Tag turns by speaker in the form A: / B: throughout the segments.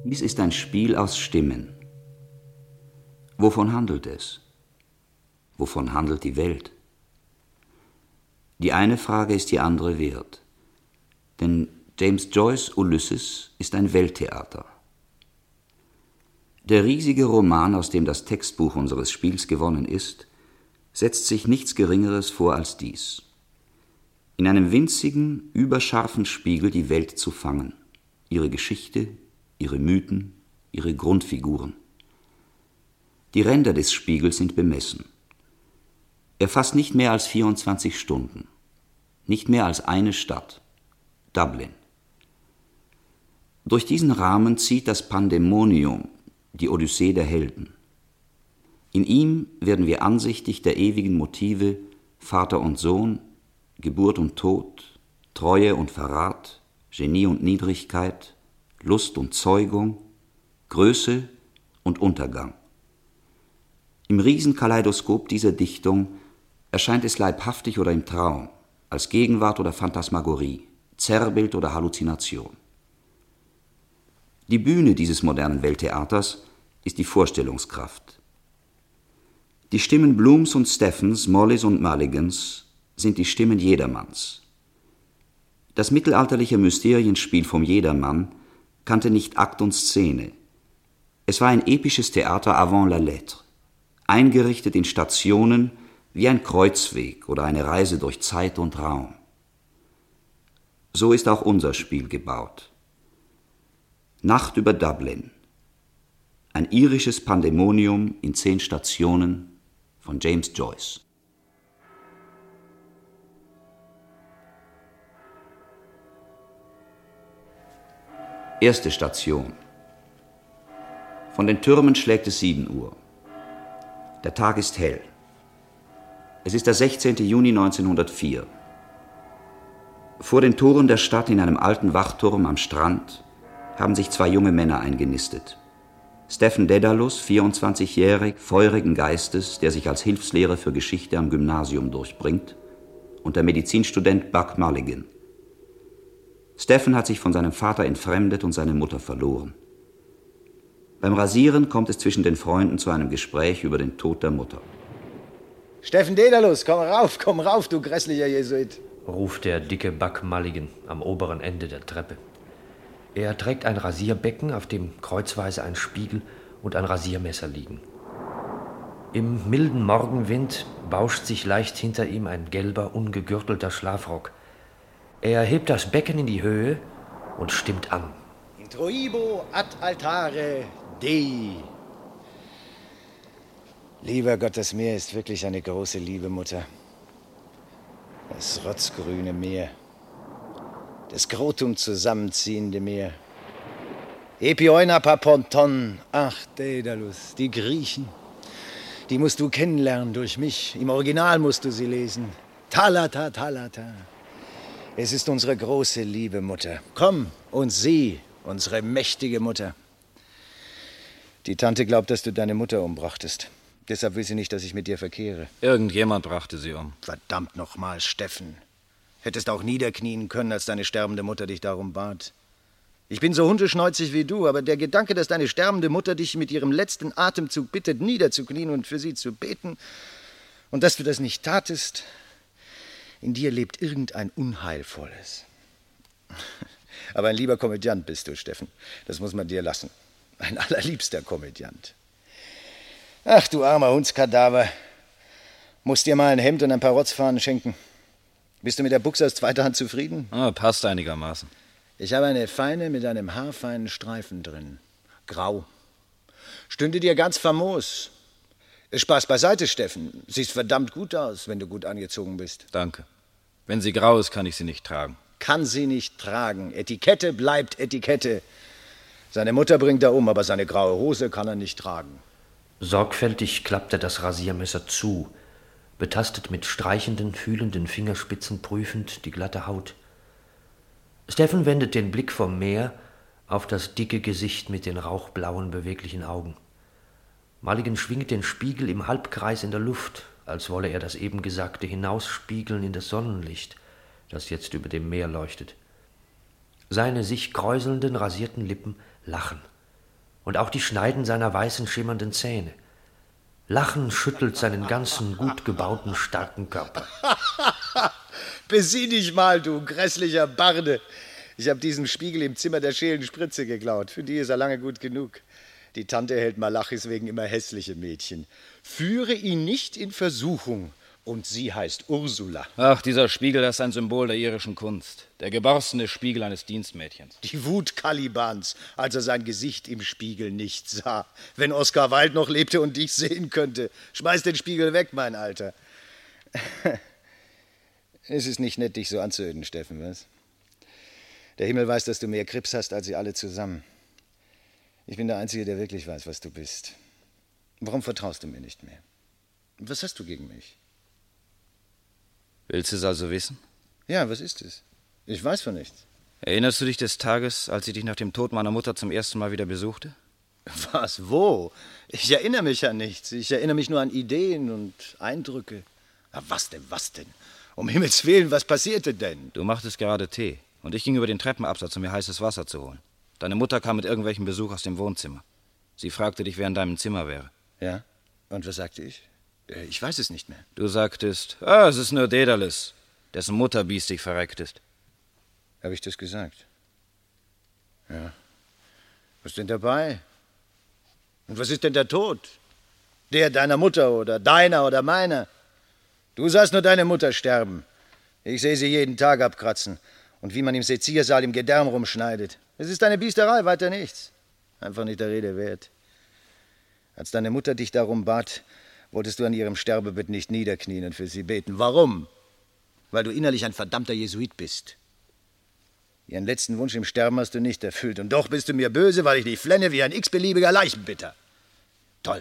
A: Dies ist ein Spiel aus Stimmen. Wovon handelt es? Wovon handelt die Welt? Die eine Frage ist die andere wert. Denn James Joyce' Ulysses ist ein Welttheater. Der riesige Roman, aus dem das Textbuch unseres Spiels gewonnen ist, setzt sich nichts Geringeres vor als dies: in einem winzigen, überscharfen Spiegel die Welt zu fangen, ihre Geschichte, ihre Mythen, ihre Grundfiguren. Die Ränder des Spiegels sind bemessen. Er fasst nicht mehr als 24 Stunden, nicht mehr als eine Stadt, Dublin. Durch diesen Rahmen zieht das Pandemonium, die Odyssee der Helden. In ihm werden wir ansichtig der ewigen Motive Vater und Sohn, Geburt und Tod, Treue und Verrat, Genie und Niedrigkeit, Lust und Zeugung, Größe und Untergang. Im Riesenkaleidoskop dieser Dichtung erscheint es leibhaftig oder im Traum, als Gegenwart oder Phantasmagorie, Zerrbild oder Halluzination. Die Bühne dieses modernen Welttheaters ist die Vorstellungskraft. Die Stimmen Blooms und Stephens, Mollys und Mulligans sind die Stimmen jedermanns. Das mittelalterliche Mysterienspiel vom Jedermann kannte nicht Akt und Szene. Es war ein episches Theater avant la lettre, eingerichtet in Stationen wie ein Kreuzweg oder eine Reise durch Zeit und Raum. So ist auch unser Spiel gebaut. Nacht über Dublin. Ein irisches Pandemonium in 10 Stationen von James Joyce. Erste Station. Von den Türmen schlägt es 7 Uhr. Der Tag ist hell. Es ist der 16. Juni 1904. Vor den Toren der Stadt in einem alten Wachturm am Strand haben sich 2 junge Männer eingenistet. Stephen Dedalus, 24-jährig, feurigen Geistes, der sich als Hilfslehrer für Geschichte am Gymnasium durchbringt, und der Medizinstudent Buck Mulligan. Stephen hat sich von seinem Vater entfremdet und seine Mutter verloren. Beim Rasieren kommt es zwischen den Freunden zu einem Gespräch über den Tod der Mutter.
B: Stephen Dedalus, komm rauf, du grässlicher Jesuit,
C: ruft der dicke Buck Mulligan am oberen Ende der Treppe. Er trägt ein Rasierbecken, auf dem kreuzweise ein Spiegel und ein Rasiermesser liegen. Im milden Morgenwind bauscht sich leicht hinter ihm ein gelber, ungegürtelter Schlafrock. Er hebt das Becken in die Höhe und stimmt an.
B: Introibo ad altare Dei. Lieber Gott, das Meer ist wirklich eine große Liebe, Mutter. Das rotzgrüne Meer. Das Skrotum zusammenziehende Meer. Epioina paponton. Ach, Dedalus, die Griechen. Die musst du kennenlernen durch mich. Im Original musst du sie lesen. Thalata, Thalata. Es ist unsere große Liebe, Mutter. Komm und sieh, unsere mächtige Mutter. Die Tante glaubt, dass du deine Mutter umbrachtest. Deshalb will sie nicht, dass ich mit dir verkehre.
D: Irgendjemand brachte sie um.
B: Verdammt nochmal, Steffen. Hättest auch niederknien können, als deine sterbende Mutter dich darum bat. Ich bin so hundeschneuzig wie du, aber der Gedanke, dass deine sterbende Mutter dich mit ihrem letzten Atemzug bittet, niederzuknien und für sie zu beten, und dass du das nicht tatest, in dir lebt irgendein Unheilvolles. Aber ein lieber Komödiant bist du, Steffen. Das muss man dir lassen. Ein allerliebster Komödiant. Ach, du armer Hundskadaver. Musst dir mal ein Hemd und ein paar Rotzfahnen schenken. Bist du mit der Buchse aus zweiter Hand zufrieden?
D: Passt einigermaßen.
B: Ich habe eine feine mit einem haarfeinen Streifen drin. Grau. Stünde dir ganz famos. Spaß beiseite, Steffen. Siehst verdammt gut aus, wenn du gut angezogen bist.
D: Danke. Wenn sie grau ist, kann ich sie nicht tragen.
B: Kann sie nicht tragen. Etikette bleibt Etikette. Seine Mutter bringt er um, aber seine graue Hose kann er nicht tragen.
C: Sorgfältig klappt er das Rasiermesser zu, betastet mit streichenden, fühlenden Fingerspitzen prüfend die glatte Haut. Stephen wendet den Blick vom Meer auf das dicke Gesicht mit den rauchblauen, beweglichen Augen. Mulligan schwingt den Spiegel im Halbkreis in der Luft, als wolle er das eben Gesagte hinausspiegeln in das Sonnenlicht, das jetzt über dem Meer leuchtet. Seine sich kräuselnden, rasierten Lippen lachen. und auch die Schneiden seiner weißen, schimmernden Zähne. Lachen schüttelt seinen ganzen, gut gebauten, starken Körper.
B: Besinn dich mal, du grässlicher Barde. Ich habe diesen Spiegel im Zimmer der schälen Spritze geklaut. Für die ist er lange gut genug. Die Tante hält Malachis wegen immer hässliche Mädchen. Führe ihn nicht in Versuchung. Und sie heißt Ursula.
D: Ach, dieser Spiegel, das ist ein Symbol der irischen Kunst. Der geborstene Spiegel eines Dienstmädchens.
B: Die Wut Kalibans, als er sein Gesicht im Spiegel nicht sah. Wenn Oskar Wilde noch lebte und dich sehen könnte. Schmeiß den Spiegel weg, mein Alter. Es ist nicht nett, dich so anzuöden, Steffen, was? Der Himmel weiß, dass du mehr Krebs hast als sie alle zusammen. Ich bin der Einzige, der wirklich weiß, was du bist. Warum vertraust du mir nicht mehr? Was hast du gegen mich?
D: Willst du es also wissen?
B: Ja, was ist es? Ich weiß von nichts.
D: Erinnerst du dich des Tages, als ich dich nach dem Tod meiner Mutter zum ersten Mal wieder besuchte?
B: Was? Wo? Ich erinnere mich an nichts. Ich erinnere mich nur an Ideen und Eindrücke. Na, was denn, was denn? Um Himmels Willen, was passierte denn?
D: Du machtest gerade Tee und ich ging über den Treppenabsatz, um mir heißes Wasser zu holen. Deine Mutter kam mit irgendwelchem Besuch aus dem Wohnzimmer. Sie fragte dich, wer in deinem Zimmer wäre.
B: Ja? Und was sagte ich? Ich weiß es nicht mehr.
D: Du sagtest, es ist nur Daedalus, dessen Mutter biestig verreckt ist.
B: Habe ich das gesagt? Ja. Was ist denn dabei? Und was ist denn der Tod? Der deiner Mutter oder deiner oder meiner? Du sahst nur deine Mutter sterben. Ich sehe sie jeden Tag abkratzen. Und wie man im Seziersaal im Gedärm rumschneidet. Es ist eine Biesterei, weiter nichts. Einfach nicht der Rede wert. Als deine Mutter dich darum bat, wolltest du an ihrem Sterbebett nicht niederknien und für sie beten. Warum? Weil du innerlich ein verdammter Jesuit bist. Ihren letzten Wunsch im Sterben hast du nicht erfüllt. Und doch bist du mir böse, weil ich dich flenne wie ein x-beliebiger Leichenbitter. Toll.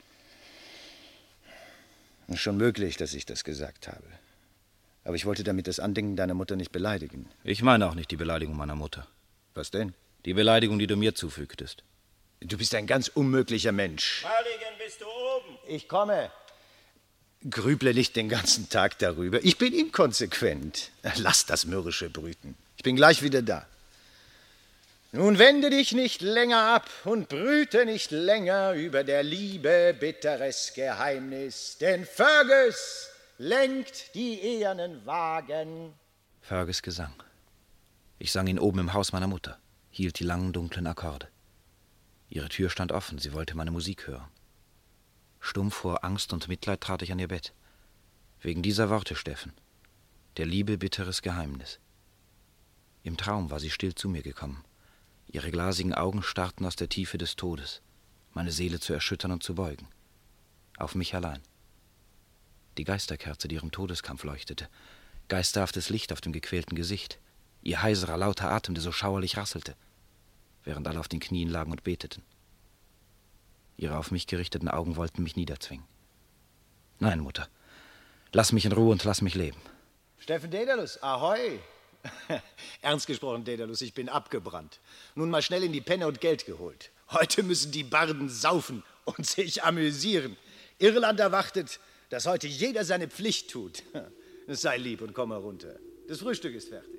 B: Ist schon möglich, dass ich das gesagt habe. Aber ich wollte damit das Andenken deiner Mutter nicht beleidigen.
D: Ich meine auch nicht die Beleidigung meiner Mutter.
B: Was denn?
D: Die Beleidigung, die du mir zufügtest.
B: Du bist ein ganz unmöglicher Mensch.
E: Halligen, bist du oben?
B: Ich komme. Grüble nicht den ganzen Tag darüber. Ich bin inkonsequent. Lass das Mürrische brüten. Ich bin gleich wieder da. Nun wende dich nicht länger ab und brüte nicht länger über der Liebe bitteres Geheimnis. Denn Fergus lenkt die ehernen Wagen.
D: Fergus Gesang. Ich sang ihn oben im Haus meiner Mutter, hielt die langen, dunklen Akkorde. Ihre Tür stand offen, sie wollte meine Musik hören. Stumm vor Angst und Mitleid trat ich an ihr Bett. Wegen dieser Worte, Steffen. Der Liebe bitteres Geheimnis. Im Traum war sie still zu mir gekommen. Ihre glasigen Augen starrten aus der Tiefe des Todes, meine Seele zu erschüttern und zu beugen. Auf mich allein. Die Geisterkerze, die ihrem Todeskampf leuchtete. Geisterhaftes Licht auf dem gequälten Gesicht. Ihr heiserer, lauter Atem, der so schauerlich rasselte, während alle auf den Knien lagen und beteten. Ihre auf mich gerichteten Augen wollten mich niederzwingen. Nein, Mutter, lass mich in Ruhe und lass mich leben.
B: Steffen Daedalus, ahoi. Ernst gesprochen, Daedalus, ich bin abgebrannt. Nun mal schnell in die Penne und Geld geholt. Heute müssen die Barden saufen und sich amüsieren. Irland erwartet, dass heute jeder seine Pflicht tut. Sei lieb und komm herunter. Das Frühstück ist fertig.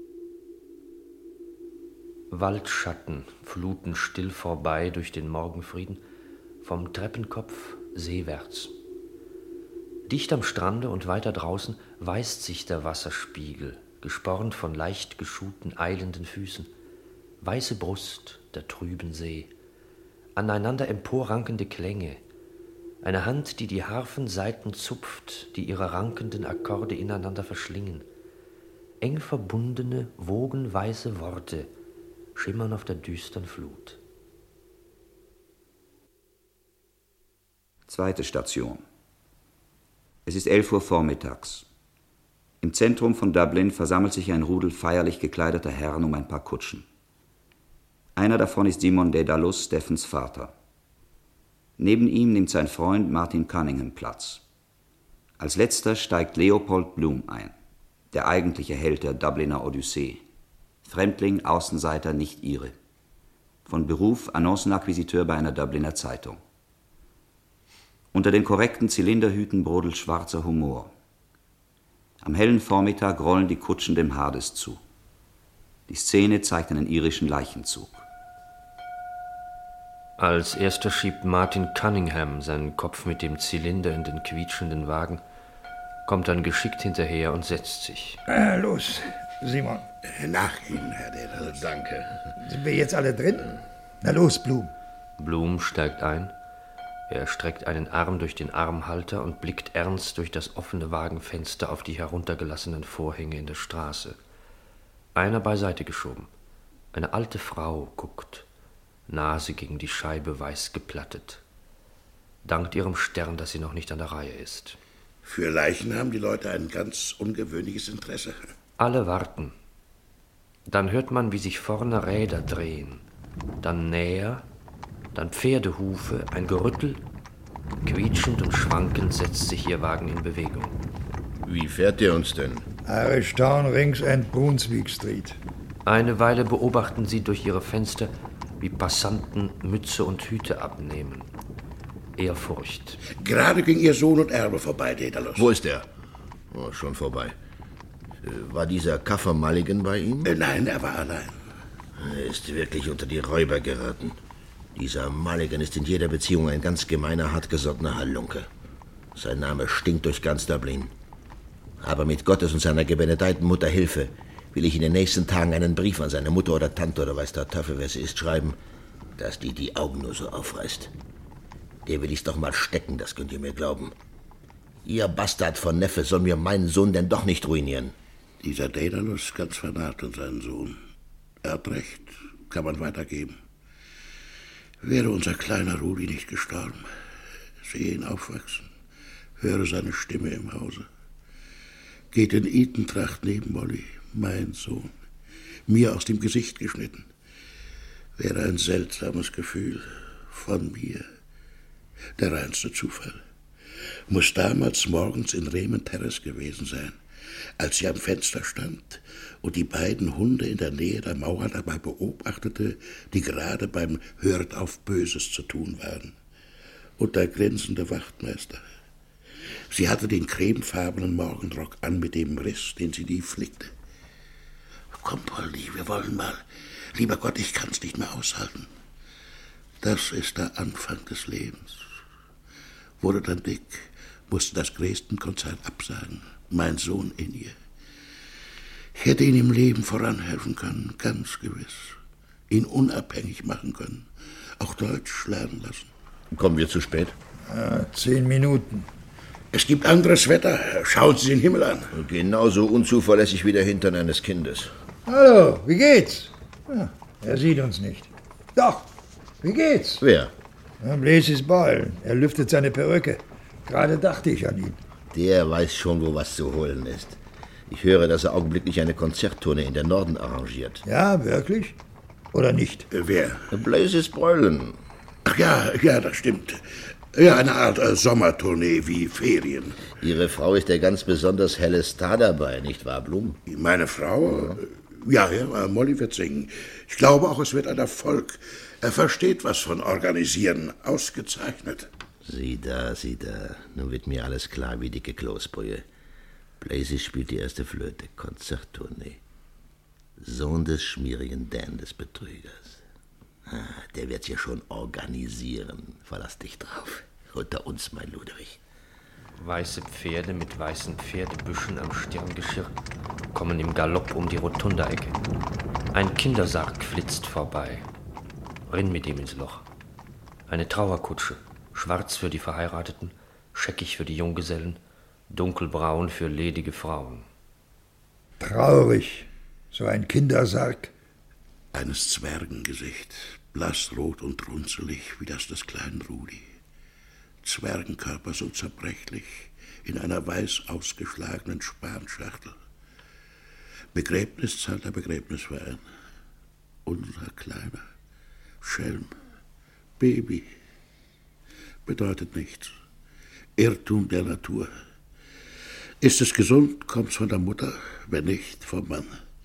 C: Waldschatten fluten still vorbei durch den Morgenfrieden, vom Treppenkopf seewärts. Dicht am Strande und weiter draußen weißt sich der Wasserspiegel, gespornt von leicht geschuhten, eilenden Füßen, weiße Brust der trüben See, aneinander emporrankende Klänge, eine Hand, die die Harfensaiten zupft, die ihre rankenden Akkorde ineinander verschlingen, eng verbundene, wogenweiße Worte schimmern auf der düstern Flut.
A: Zweite Station. Es ist 11 Uhr vormittags. Im Zentrum von Dublin versammelt sich ein Rudel feierlich gekleideter Herren um ein paar Kutschen. Einer davon ist Simon Daedalus, Steffens Vater. Neben ihm nimmt sein Freund Martin Cunningham Platz. Als letzter steigt Leopold Bloom ein, der eigentliche Held der Dubliner Odyssee. Fremdling, Außenseiter, nicht Ire. Von Beruf Annoncenakquisiteur bei einer Dubliner Zeitung. Unter den korrekten Zylinderhüten brodelt schwarzer Humor. Am hellen Vormittag rollen die Kutschen dem Hades zu. Die Szene zeigt einen irischen Leichenzug.
C: Als erster schiebt Martin Cunningham seinen Kopf mit dem Zylinder in den quietschenden Wagen, kommt dann geschickt hinterher und setzt sich.
E: Los, Simon.
F: Nach Ihnen, Herr Daedalus.
E: Danke. Sind wir jetzt alle drin? Na los, Blum.
C: Blum steigt ein. Er streckt einen Arm durch den Armhalter und blickt ernst durch das offene Wagenfenster auf die heruntergelassenen Vorhänge in der Straße. Einer beiseite geschoben. Eine alte Frau guckt, Nase gegen die Scheibe weiß geplattet. Dankt ihrem Stern, dass sie noch nicht an der Reihe ist.
F: Für Leichen haben die Leute ein ganz ungewöhnliches Interesse.
C: Alle warten. Dann hört man, wie sich vorne Räder drehen. Dann näher, dann Pferdehufe, ein Gerüttel. Quietschend und schwankend setzt sich ihr Wagen in Bewegung.
F: Wie fährt der uns denn?
E: Irish Town, Rings and Brunswick Street.
C: Eine Weile beobachten sie durch ihre Fenster, wie Passanten Mütze und Hüte abnehmen. Ehrfurcht.
F: Gerade ging Ihr Sohn und Erbe vorbei, Daedalus.
G: Wo ist er? Oh, schon vorbei. War dieser Kaffer Mulligan bei ihm?
F: Nein, er war allein.
G: Er ist wirklich unter die Räuber geraten. Dieser Mulligan ist in jeder Beziehung ein ganz gemeiner, hartgesottener Halunke. Sein Name stinkt durch ganz Dublin. Aber mit Gottes und seiner gebenedeiten Mutter Hilfe will ich in den nächsten Tagen einen Brief an seine Mutter oder Tante oder weiß der Teufel, wer sie ist, schreiben, dass die Augen nur so aufreißt. Der will ich's doch mal stecken, das könnt ihr mir glauben. Ihr Bastard von Neffe soll mir meinen Sohn denn doch nicht ruinieren.
F: Dieser Daedalus ist ganz vernarrt in seinen Sohn. Er hat recht, kann man weitergeben. Wäre unser kleiner Rudi nicht gestorben, sehe ihn aufwachsen, höre seine Stimme im Hause. Geht in Eton-Tracht neben Molly, mein Sohn, mir aus dem Gesicht geschnitten. Wäre ein seltsames Gefühl von mir. Der reinste Zufall. Muss damals morgens in Raymond Terrace gewesen sein, als sie am Fenster stand und die beiden Hunde in der Nähe der Mauer dabei beobachtete, die gerade beim Hört auf Böses zu tun waren. Und der grinsende Wachtmeister. Sie hatte den cremefarbenen Morgenrock an mit dem Riss, den sie nie flickte. Komm, Polly, wir wollen mal. Lieber Gott, ich kann's nicht mehr aushalten. Das ist der Anfang des Lebens. Wurde dann dick, musste das Dresden-Konzert absagen. Mein Sohn in ihr. Ich hätte ihn im Leben voranhelfen können, ganz gewiss. Ihn unabhängig machen können. Auch Deutsch lernen lassen.
G: Kommen wir zu spät?
E: 10 Minuten.
F: Es gibt anderes Wetter. Schauen Sie den Himmel an.
G: Genauso unzuverlässig wie der Hintern eines Kindes.
E: Hallo, wie geht's? Ja, er sieht uns nicht. Doch, wie geht's?
G: Wer?
E: Blaisys Boyle. Er lüftet seine Perücke. Gerade dachte ich an ihn.
G: Der weiß schon, wo was zu holen ist. Ich höre, dass er augenblicklich eine Konzerttournee in der Norden arrangiert.
E: Ja, wirklich? Oder nicht?
F: Wer?
G: Blaisys Boylan.
F: Ach ja, das stimmt. Ja, eine Art Sommertournee wie Ferien.
G: Ihre Frau ist der ganz besonders helle Star dabei, nicht wahr, Blum?
F: Meine Frau? Ja, Molly wird singen. Ich glaube auch, es wird ein Erfolg. Er versteht was von Organisieren. Ausgezeichnet.
G: Sieh da. Nun wird mir alles klar wie dicke Kloßbrühe. Blaisy spielt die erste Flöte. Konzerttournee. Sohn des schmierigen Dan, des Betrügers. Der wird's ja schon organisieren. Verlass dich drauf. Unter uns, mein Ludwig.
C: Weiße Pferde mit weißen Pferdebüschen am Stirngeschirr kommen im Galopp um die Rotundaecke. Ein Kindersarg flitzt vorbei. Rinn mit ihm ins Loch. Eine Trauerkutsche, schwarz für die Verheirateten, scheckig für die Junggesellen, dunkelbraun für ledige Frauen.
E: Traurig, so ein Kindersarg.
F: Eines Zwergengesicht, blassrot und runzelig wie das des kleinen Rudi. Zwergenkörper so zerbrechlich in einer weiß ausgeschlagenen Spanschachtel. Begräbnis zahlt der Begräbniswein. Unser kleiner Schelm, Baby, bedeutet nichts. Irrtum der Natur. Ist es gesund, kommt's von der Mutter, wenn nicht, vom Mann.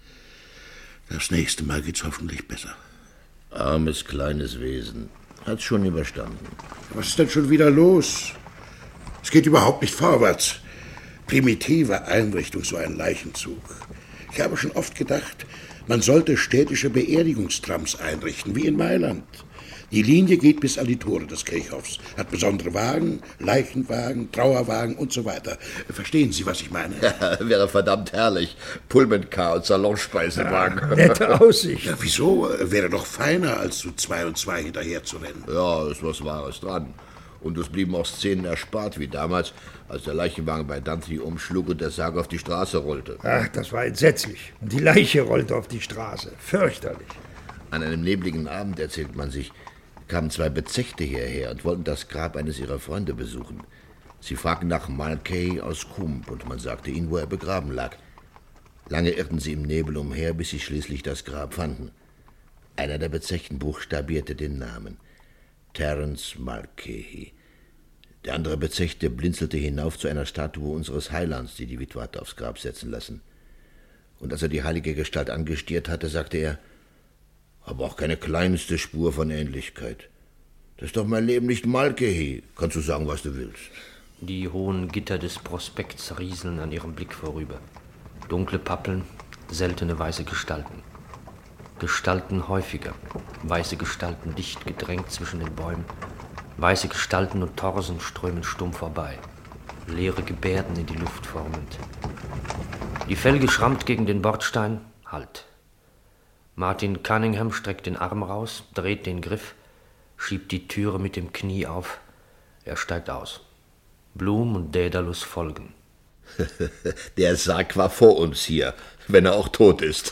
F: Das nächste Mal geht's hoffentlich besser.
G: Armes, kleines Wesen. Hat's schon überstanden.
F: Was ist denn schon wieder los? Es geht überhaupt nicht vorwärts. Primitive Einrichtung, so ein Leichenzug. Ich habe schon oft gedacht, man sollte städtische Beerdigungstrams einrichten, wie in Mailand. Die Linie geht bis an die Tore des Kirchhofs, hat besondere Wagen, Leichenwagen, Trauerwagen und so weiter. Verstehen Sie, was ich meine?
G: Ja, wäre verdammt herrlich. Pullman-Car und Salonspeisewagen.
E: Nette Aussicht.
F: Ja, wieso? Wäre doch feiner, als zu 2 und 2 hinterher zu rennen.
G: Ja, ist was Wahres dran. Und es blieben auch Szenen erspart, wie damals, als der Leichenwagen bei Dantry umschlug und der Sarg auf die Straße rollte.
E: Ach, das war entsetzlich. Und die Leiche rollte auf die Straße. Fürchterlich.
G: An einem nebligen Abend, erzählt man sich, kamen 2 Bezechte hierher und wollten das Grab eines ihrer Freunde besuchen. Sie fragten nach Mulcahy aus Coombe und man sagte ihnen, wo er begraben lag. Lange irrten sie im Nebel umher, bis sie schließlich das Grab fanden. Einer der Bezechten buchstabierte den Namen. Terence Mulcahy. Der andere Bezechte blinzelte hinauf zu einer Statue unseres Heilands, die die Witwe hatte aufs Grab setzen lassen. Und als er die heilige Gestalt angestiert hatte, sagte er, aber auch keine kleinste Spur von Ähnlichkeit. Das ist doch mein Leben nicht Mulcahy. Kannst du sagen, was du willst.
C: Die hohen Gitter des Prospekts rieseln an ihrem Blick vorüber. Dunkle Pappeln, seltene weiße Gestalten. Gestalten häufiger, weiße Gestalten dicht gedrängt zwischen den Bäumen. Weiße Gestalten und Torsen strömen stumm vorbei, leere Gebärden in die Luft formend. Die Felge schrammt gegen den Bordstein, Halt. Martin Cunningham streckt den Arm raus, dreht den Griff, schiebt die Türe mit dem Knie auf. Er steigt aus. Blum und Daedalus folgen.
G: Der Sarg war vor uns hier, wenn er auch tot ist.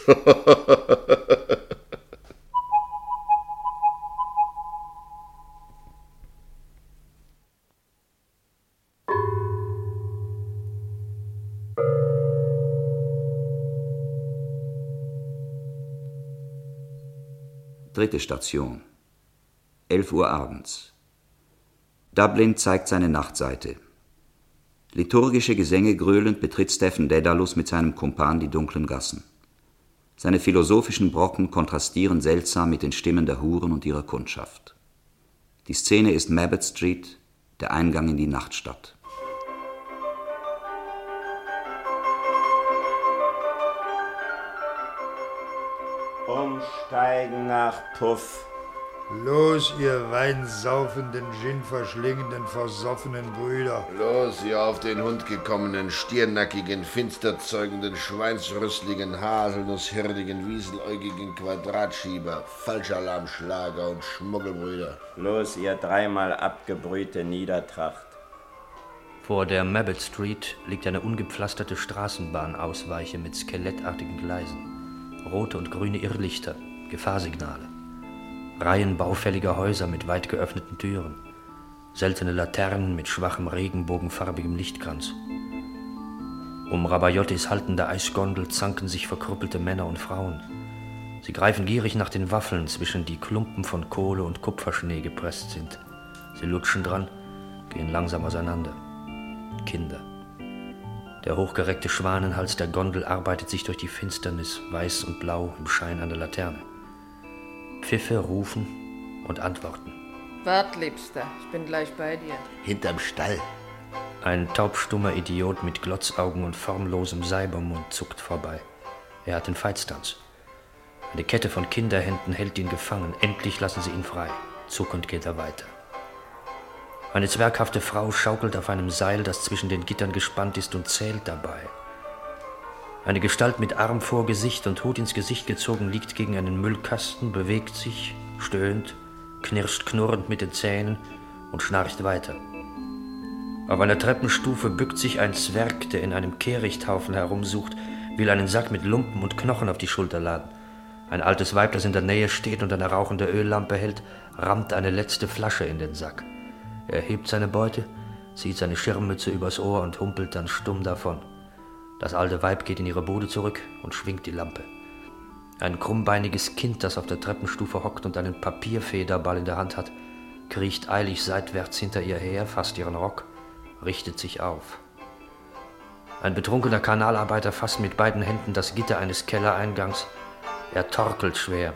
A: Dritte Station. 11 Uhr abends. Dublin zeigt seine Nachtseite. Liturgische Gesänge gröhlend betritt Stephen Daedalus mit seinem Kumpan die dunklen Gassen. Seine philosophischen Brocken kontrastieren seltsam mit den Stimmen der Huren und ihrer Kundschaft. Die Szene ist Mabbott Street, der Eingang in die Nachtstadt.
H: Umsteigen nach Puff.
E: Los, ihr weinsaufenden, ginverschlingenden, versoffenen Brüder.
G: Los, ihr auf den Hund gekommenen, stiernackigen, finsterzeugenden, schweinsrüstligen, haselnusshirnigen, wieseläugigen Quadratschieber, Falschalarmschlager und Schmuggelbrüder.
H: Los, ihr dreimal abgebrühte Niedertracht.
C: Vor der Mabbott Street liegt eine ungepflasterte Straßenbahnausweiche mit skelettartigen Gleisen. Rote und grüne Irrlichter, Gefahrsignale. Reihen baufälliger Häuser mit weit geöffneten Türen. Seltene Laternen mit schwachem regenbogenfarbigem Lichtkranz. Um Rabajottis haltende Eisgondel zanken sich verkrüppelte Männer und Frauen. Sie greifen gierig nach den Waffeln, zwischen die Klumpen von Kohle und Kupferschnee gepresst sind. Sie lutschen dran, gehen langsam auseinander. Kinder. Der hochgereckte Schwanenhals der Gondel arbeitet sich durch die Finsternis, weiß und blau im Schein an der Laterne. Pfiffe rufen und antworten.
I: Wart, Liebster, ich bin gleich bei dir.
G: Hinterm Stall.
C: Ein taubstummer Idiot mit Glotzaugen und formlosem Seibermund zuckt vorbei. Er hat den Veitstanz. Eine Kette von Kinderhänden hält ihn gefangen. Endlich lassen sie ihn frei. Zuckend geht er weiter. Eine zwerghafte Frau schaukelt auf einem Seil, das zwischen den Gittern gespannt ist, und zählt dabei. Eine Gestalt mit Arm vor Gesicht und Hut ins Gesicht gezogen liegt gegen einen Müllkasten, bewegt sich, stöhnt, knirscht knurrend mit den Zähnen und schnarcht weiter. Auf einer Treppenstufe bückt sich ein Zwerg, der in einem Kehrichthaufen herumsucht, will einen Sack mit Lumpen und Knochen auf die Schulter laden. Ein altes Weib, das in der Nähe steht und eine rauchende Öllampe hält, rammt eine letzte Flasche in den Sack. Er hebt seine Beute, zieht seine Schirmmütze übers Ohr und humpelt dann stumm davon. Das alte Weib geht in ihre Bude zurück und schwingt die Lampe. Ein krummbeiniges Kind, das auf der Treppenstufe hockt und einen Papierfederball in der Hand hat, kriecht eilig seitwärts hinter ihr her, fasst ihren Rock, richtet sich auf. Ein betrunkener Kanalarbeiter fasst mit beiden Händen das Gitter eines Kellereingangs. Er torkelt schwer.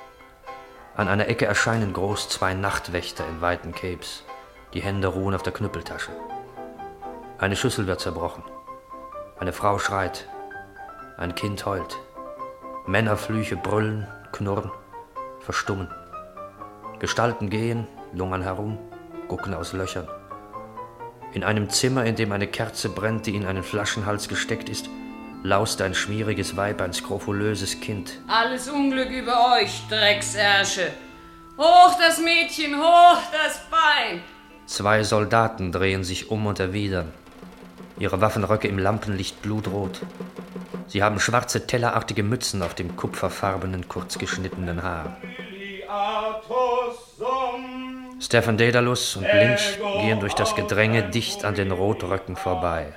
C: An einer Ecke erscheinen groß 2 Nachtwächter in weiten Capes. Die Hände ruhen auf der Knüppeltasche. Eine Schüssel wird zerbrochen. Eine Frau schreit. Ein Kind heult. Männerflüche brüllen, knurren, verstummen. Gestalten gehen, lungern herum, gucken aus Löchern. In einem Zimmer, in dem eine Kerze brennt, die in einen Flaschenhals gesteckt ist, laust ein schmieriges Weib, ein skrofulöses Kind.
I: Alles Unglück über euch, Drecksärsche. Hoch das Mädchen, hoch das Bein.
C: 2 Soldaten drehen sich um und erwidern. Ihre Waffenröcke im Lampenlicht blutrot. Sie haben schwarze tellerartige Mützen auf dem kupferfarbenen, kurzgeschnittenen Haar. Stefan Daedalus und Lynch gehen durch das Gedränge dicht an den Rotröcken vorbei.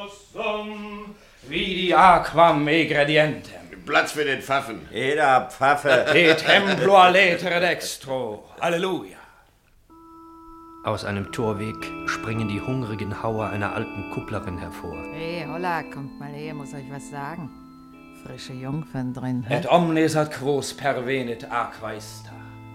J: Vidi aquam egredientem.
G: Platz für den Pfaffen.
H: Jeder Pfaffe.
J: De templo alletere dextro. Halleluja.
C: Aus einem Torweg springen die hungrigen Hauer einer alten Kupplerin hervor.
I: Hey, holla, kommt mal her, muss euch was sagen. Frische Jungfern drin.
J: Et omnes ad quos pervenet aquaista.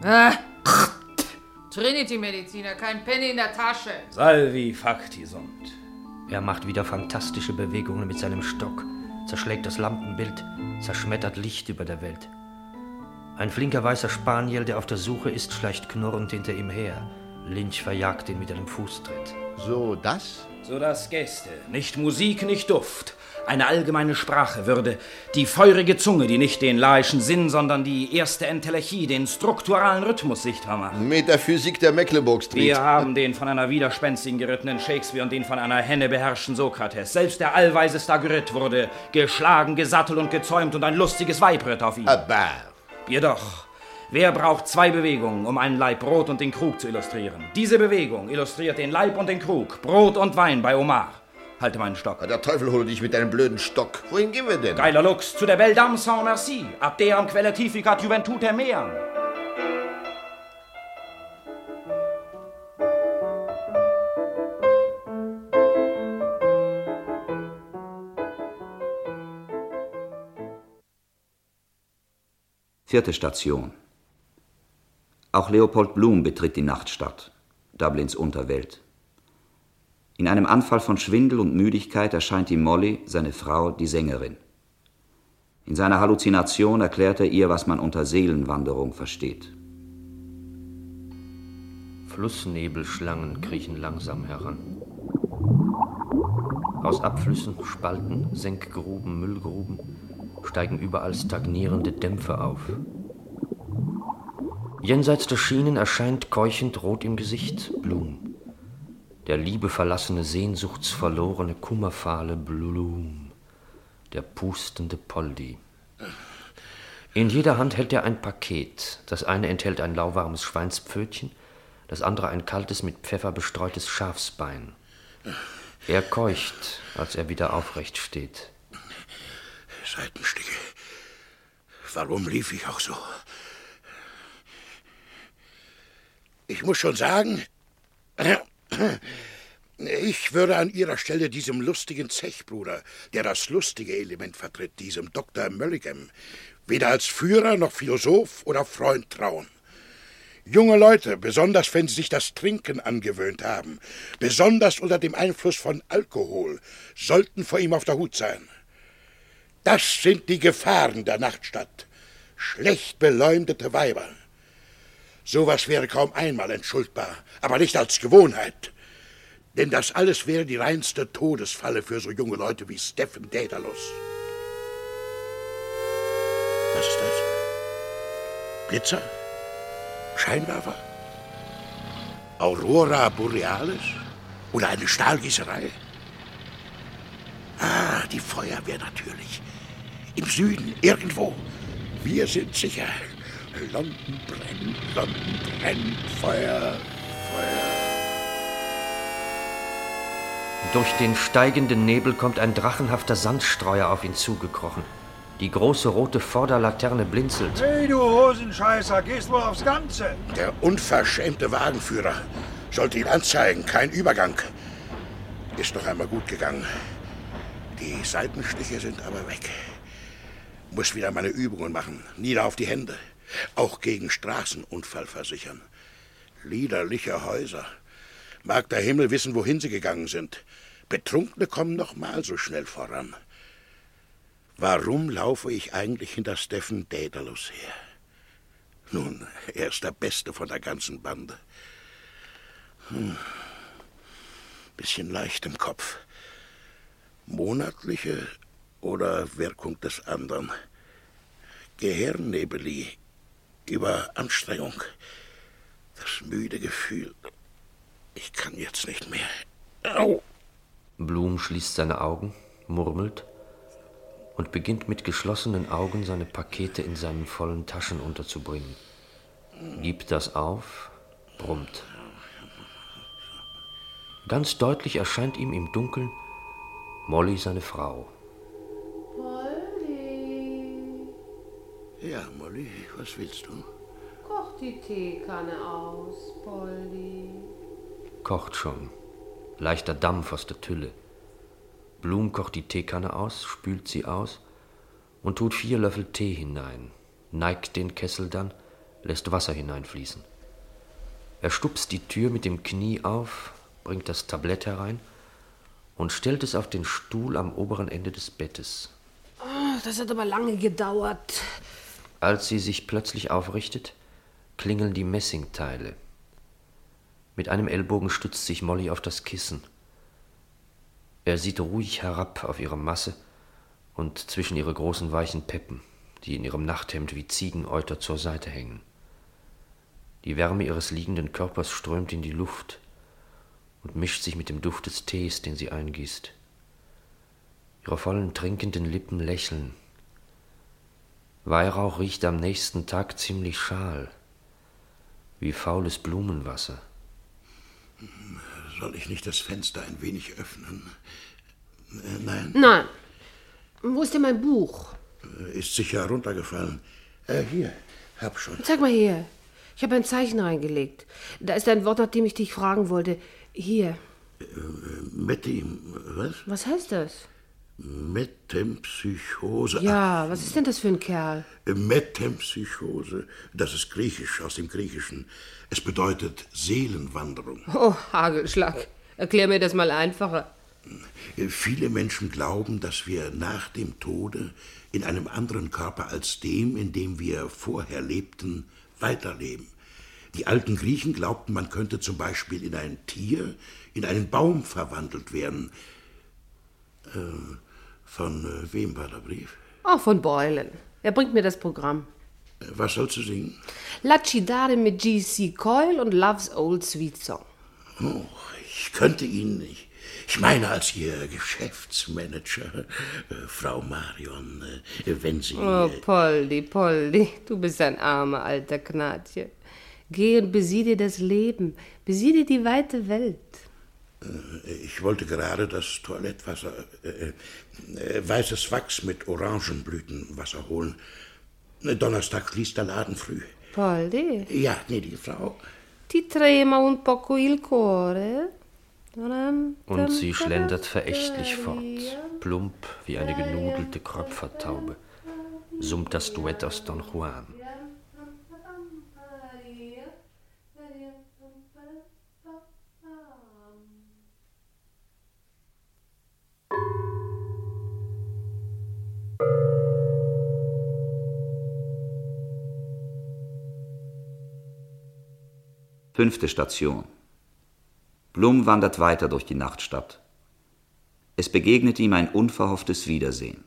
I: Trinity-Mediziner, kein Penny in der Tasche.
J: Salvi facti sunt.
C: Er macht wieder fantastische Bewegungen mit seinem Stock, zerschlägt das Lampenbild, zerschmettert Licht über der Welt. Ein flinker weißer Spaniel, der auf der Suche ist, schleicht knurrend hinter ihm her. Lynch verjagt ihn mit einem Fußtritt.
G: So das?
J: So das Gäste. Nicht Musik, nicht Duft. Eine allgemeine Sprache würde die feurige Zunge, die nicht den laischen Sinn, sondern die erste Entelechie, den strukturalen Rhythmus sichtbar machen.
G: Metaphysik der Mecklenburg Street.
J: Wir haben den von einer widerspenstigen gerittenen Shakespeare und den von einer Henne beherrschten Sokrates. Selbst der allweise Stagyrith wurde geschlagen, gesattelt und gezäumt und ein lustiges Weib ritt auf ihn.
G: Aber
J: Jedoch, wer braucht 2 Bewegungen, um einen Laib Brot und den Krug zu illustrieren? Diese Bewegung illustriert den Laib und den Krug, Brot und Wein bei Omar. Halte meinen Stock.
G: Der Teufel hole dich mit deinem blöden Stock. Wohin gehen wir denn?
J: Geiler Lux, zu der Belle Dame sans Merci. Ab deram quelle tificat Juventute meam.
A: Vierte Station. Auch Leopold Bloom betritt die Nachtstadt, Dublins Unterwelt. In einem Anfall von Schwindel und Müdigkeit erscheint ihm Molly, seine Frau, die Sängerin. In seiner Halluzination erklärt er ihr, was man unter Seelenwanderung versteht.
C: Flussnebelschlangen kriechen langsam heran. Aus Abflüssen, Spalten, Senkgruben, Müllgruben steigen überall stagnierende Dämpfe auf. Jenseits der Schienen erscheint keuchend rot im Gesicht Bloom. Der liebeverlassene, sehnsuchtsverlorene, kummerfahle Bloom, der pustende Poldi. In jeder Hand hält er ein Paket. Das eine enthält ein lauwarmes Schweinspfötchen, das andere ein kaltes, mit Pfeffer bestreutes Schafsbein. Er keucht, als er wieder aufrecht steht.
F: Seitenstiche. Warum lief ich auch so? Ich muss schon sagen, ich würde an Ihrer Stelle diesem lustigen Zechbruder, der das lustige Element vertritt, diesem Dr. Mulligan, weder als Führer noch Philosoph oder Freund trauen. Junge Leute, besonders wenn sie sich das Trinken angewöhnt haben, besonders unter dem Einfluss von Alkohol, sollten vor ihm auf der Hut sein. Das sind die Gefahren der Nachtstadt. Schlecht beleumdete Weiber. Sowas wäre kaum einmal entschuldbar, aber nicht als Gewohnheit. Denn das alles wäre die reinste Todesfalle für so junge Leute wie Stefan Daedalus. Was ist das? Blitzer? Scheinwerfer? Aurora Borealis? Oder eine Stahlgießerei? Ah, die Feuerwehr natürlich. Im Süden, irgendwo. Wir sind sicher. London brennt, Feuer.
C: Durch den steigenden Nebel kommt ein drachenhafter Sandstreuer auf ihn zugekrochen. Die große rote Vorderlaterne blinzelt.
E: Hey, du Hosenscheißer, gehst wohl aufs Ganze.
F: Der unverschämte Wagenführer sollte ihn anzeigen, kein Übergang. Ist noch einmal gut gegangen. Die Seitenstiche sind aber weg. Muss wieder meine Übungen machen, nieder auf die Hände. Auch gegen Straßenunfall versichern. Liederliche Häuser. Mag der Himmel wissen, wohin sie gegangen sind. Betrunkene kommen noch mal so schnell voran. Warum laufe ich eigentlich hinter Stefan Daedalus her? Nun, er ist der Beste von der ganzen Bande. Bisschen leicht im Kopf. Monatliche oder Wirkung des anderen. Gehirnnebeli, Überanstrengung, das müde Gefühl. Ich kann jetzt nicht mehr. Au!
C: Blum schließt seine Augen, murmelt und beginnt mit geschlossenen Augen seine Pakete in seinen vollen Taschen unterzubringen. Gibt das auf, brummt. Ganz deutlich erscheint ihm im Dunkeln Molly, seine Frau.
I: Polly,
F: Ja, Molly, was willst du?
I: koch die Teekanne aus, Polly.
C: Kocht schon. Leichter Dampf aus der Tülle. Blum kocht die Teekanne aus, spült sie aus und tut 4 Löffel Tee hinein, neigt den Kessel dann, lässt Wasser hineinfließen. Er stupst die Tür mit dem Knie auf, bringt das Tablett herein und stellt es auf den Stuhl am oberen Ende des Bettes.
I: Oh, das hat aber lange gedauert.
C: Als sie sich plötzlich aufrichtet, klingeln die Messingteile. Mit einem Ellbogen stützt sich Molly auf das Kissen. Er sieht ruhig herab auf ihre Masse und zwischen ihre großen weichen Peppen, die in ihrem Nachthemd wie Ziegenäuter zur Seite hängen. Die Wärme ihres liegenden Körpers strömt in die Luft und mischt sich mit dem Duft des Tees, den sie eingießt. Ihre vollen, trinkenden Lippen lächeln. Weihrauch riecht am nächsten Tag ziemlich schal, wie faules Blumenwasser.
F: Soll ich nicht das Fenster ein wenig öffnen? Nein.
I: Nein. Wo ist denn mein Buch?
F: Ist sicher heruntergefallen. Hier, hab schon.
I: Zeig mal her. Ich habe ein Zeichen reingelegt. Da ist ein Wort, nach dem ich dich fragen wollte. Hier.
F: Was?
I: Was heißt das?
F: Metempsychose.
I: Ja, was ist denn das für ein Kerl?
F: Metempsychose, das ist griechisch, aus dem Griechischen. Es bedeutet Seelenwanderung.
I: Oh, Hagelschlag. Erklär mir das mal einfacher.
F: Viele Menschen glauben, dass wir nach dem Tode in einem anderen Körper als dem, in dem wir vorher lebten, weiterleben. Die alten Griechen glaubten, man könnte zum Beispiel in ein Tier, in einen Baum verwandelt werden. Von wem war der Brief?
I: Oh, von Boylan. Er bringt mir das Programm.
F: Was sollst du singen?
I: Lacidare mit G.C. Coyle und Love's Old Sweet Song.
F: Oh, ich könnte Ihnen... Ich meine als Ihr Geschäftsmanager, Frau Marion, wenn Sie...
I: Oh, Poldi, du bist ein armer alter Knatje. Geh und besieh dir das Leben, besieh dir die weite Welt.
F: Ich wollte gerade das Toilettwasser, weißes Wachs mit Orangenblütenwasser holen. Donnerstag schließt der Laden früh.
I: Poldi?
F: Ja, gnädige Frau.
I: Ti trema un poco il cuore?
C: Und sie schlendert verächtlich fort, plump wie eine genudelte Kröpfertaube, summt das Duett aus Don Juan.
A: Fünfte Station. Blum wandert weiter durch die Nachtstadt. Es begegnet ihm ein unverhofftes Wiedersehen.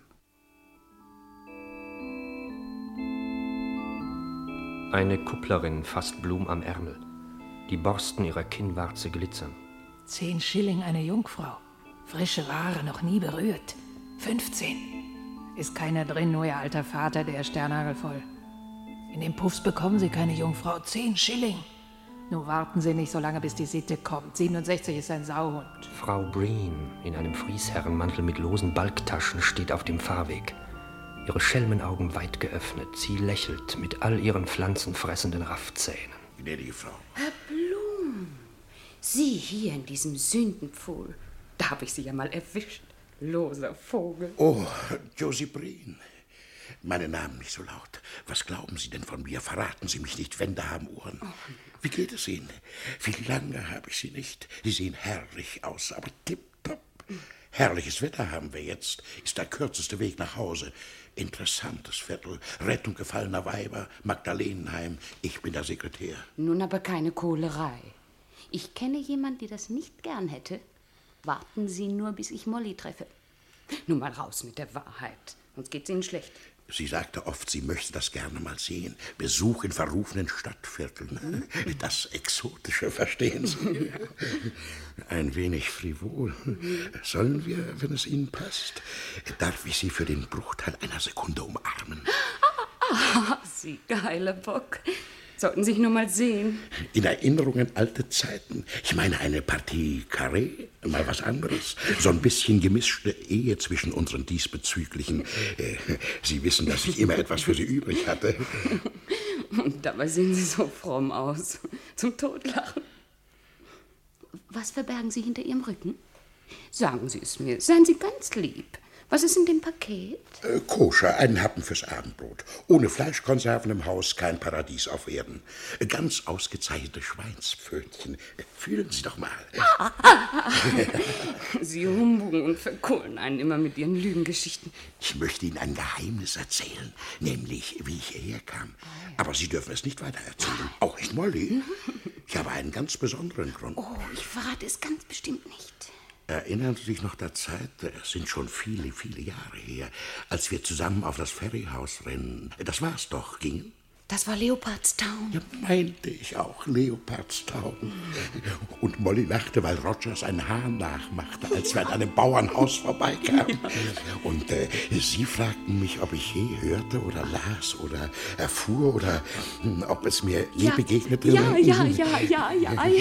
C: Eine Kupplerin fasst Blum am Ärmel. Die Borsten ihrer Kinnwarze glitzern.
K: 10 Schilling eine Jungfrau. Frische Ware, noch nie berührt. 15. Ist keiner drin, nur ihr alter Vater, der ist sternhagelvoll. In den Puffs bekommen Sie keine Jungfrau. 10 Schilling. Nur warten Sie nicht so lange, bis die Sitte kommt. 67 ist ein Sauhund.
C: Frau Breen in einem Friesherrenmantel mit losen Balgtaschen steht auf dem Fahrweg. Ihre Schelmenaugen weit geöffnet. Sie lächelt mit all ihren pflanzenfressenden Raffzähnen.
F: Gnädige Frau.
L: Herr Blum, Sie hier in diesem Sündenpfuhl. Da habe ich Sie ja mal erwischt. Loser Vogel.
F: Oh, Josie Breen. Meine Namen nicht so laut. Was glauben Sie denn von mir? Verraten Sie mich nicht, Wände haben Ohren. Wie geht es Ihnen? Wie lange habe ich Sie nicht? Sie sehen herrlich aus, aber tipptopp. Herrliches Wetter haben wir jetzt, ist der kürzeste Weg nach Hause. Interessantes Viertel, Rettung gefallener Weiber, Magdalenenheim, ich bin der Sekretär.
L: Nun aber keine Kohlerei. Ich kenne jemanden, der das nicht gern hätte. Warten Sie nur, bis ich Molly treffe. Nun mal raus mit der Wahrheit, sonst geht's Ihnen schlecht.
F: Sie sagte oft, sie möchte das gerne mal sehen. Besuch in verrufenen Stadtvierteln. Das Exotische, verstehen Sie? Ein wenig frivol. Sollen wir, wenn es Ihnen passt, darf ich Sie für den Bruchteil einer Sekunde umarmen?
L: Sie geiler Bock. Sollten sich nur mal sehen.
F: In Erinnerung an alte Zeiten. Ich meine, eine Partie Carré, mal was anderes. So ein bisschen gemischte Ehe zwischen unseren Diesbezüglichen. Sie wissen, dass ich immer etwas für Sie übrig hatte.
L: Und dabei sehen Sie so fromm aus. Zum Totlachen. Was verbergen Sie hinter Ihrem Rücken? Sagen Sie es mir. Seien Sie ganz lieb. Was ist in dem Paket?
F: Koscher, einen Happen fürs Abendbrot. Ohne Fleischkonserven im Haus, kein Paradies auf Erden. Ganz ausgezeichnete Schweinspfötchen. Fühlen Sie doch mal.
L: Sie humbugen und verkohlen einen immer mit Ihren Lügengeschichten.
F: Ich möchte Ihnen ein Geheimnis erzählen, nämlich wie ich hierher kam. Aber Sie dürfen es nicht weiter erzählen. Auch nicht Molly. Ich habe einen ganz besonderen Grund.
L: Oh, ich verrate es ganz bestimmt nicht.
F: Erinnern Sie sich noch der Zeit, es sind schon viele, viele Jahre her, als wir zusammen auf das Ferryhaus rennen. Das war's doch, gingen?
L: Das war Leopardstown.
F: Ja, meinte ich auch, Leopardstown. Und Molly lachte, weil Rogers einen Hahn nachmachte, als wir an einem Bauernhaus vorbeikamen. Und Sie fragten mich, ob ich je hörte oder las oder erfuhr oder ob es mir je begegnete.
L: Ja.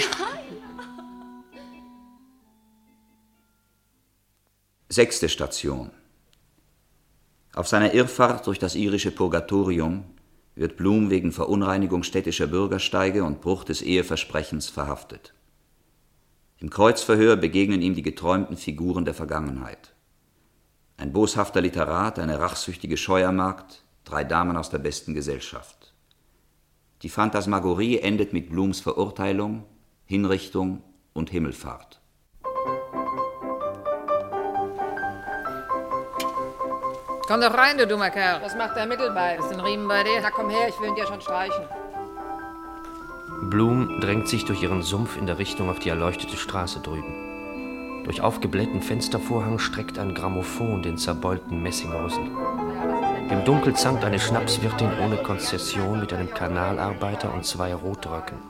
A: Sechste Station. Auf seiner Irrfahrt durch das irische Purgatorium wird Bloom wegen Verunreinigung städtischer Bürgersteige und Bruch des Eheversprechens verhaftet. Im Kreuzverhör begegnen ihm die geträumten Figuren der Vergangenheit. Ein boshafter Literat, eine rachsüchtige Scheuermagd, 3 Damen aus der besten Gesellschaft. Die Phantasmagorie endet mit Blooms Verurteilung, Hinrichtung und Himmelfahrt.
K: Komm doch rein, du dummer Kerl.
M: Was macht der Mittelbein?
K: Ist ein Riemen bei dir?
M: Na komm her, ich will ihn dir schon streichen.
C: Bloom drängt sich durch ihren Sumpf in der Richtung auf die erleuchtete Straße drüben. Durch aufgeblähten Fenstervorhang streckt ein Grammophon den zerbeulten Messingrüssel. Im Dunkel zankt eine Schnapswirtin ohne Konzession mit einem Kanalarbeiter und 2 Rotröcken.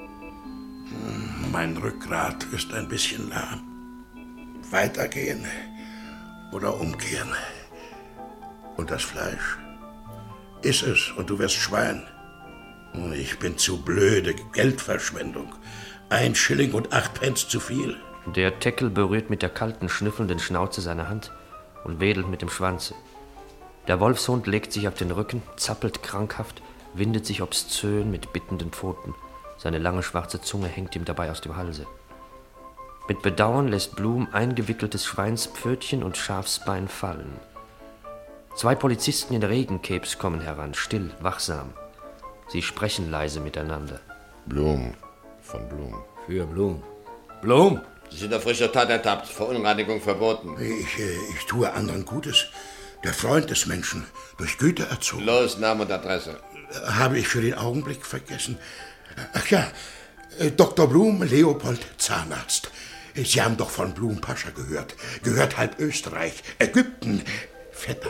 F: Mein Rückgrat ist ein bisschen lahm. Weitergehen oder umkehren. Und das Fleisch? Iss es und du wirst Schwein. Ich bin zu blöde. Geldverschwendung. 1 Schilling und 8 Pence zu viel.
C: Der Teckel berührt mit der kalten, schnüffelnden Schnauze seine Hand und wedelt mit dem Schwanze. Der Wolfshund legt sich auf den Rücken, zappelt krankhaft, windet sich obszön mit bittenden Pfoten. Seine lange schwarze Zunge hängt ihm dabei aus dem Halse. Mit Bedauern lässt Bloom eingewickeltes Schweinspfötchen und Schafsbein fallen. 2 Polizisten in Regencapes kommen heran, still, wachsam. Sie sprechen leise miteinander.
G: Bloom, von Bloom.
D: Für Bloom. Bloom!
G: Sie sind auf frischer Tat ertappt, Verunreinigung verboten.
F: Ich tue anderen Gutes. Der Freund des Menschen, durch Güte erzogen.
G: Los, Name und Adresse.
F: Habe ich für den Augenblick vergessen. Ach ja, Dr. Bloom, Leopold, Zahnarzt. Sie haben doch von Bloom Pascha gehört. Gehört halb Österreich, Ägypten, Vetter.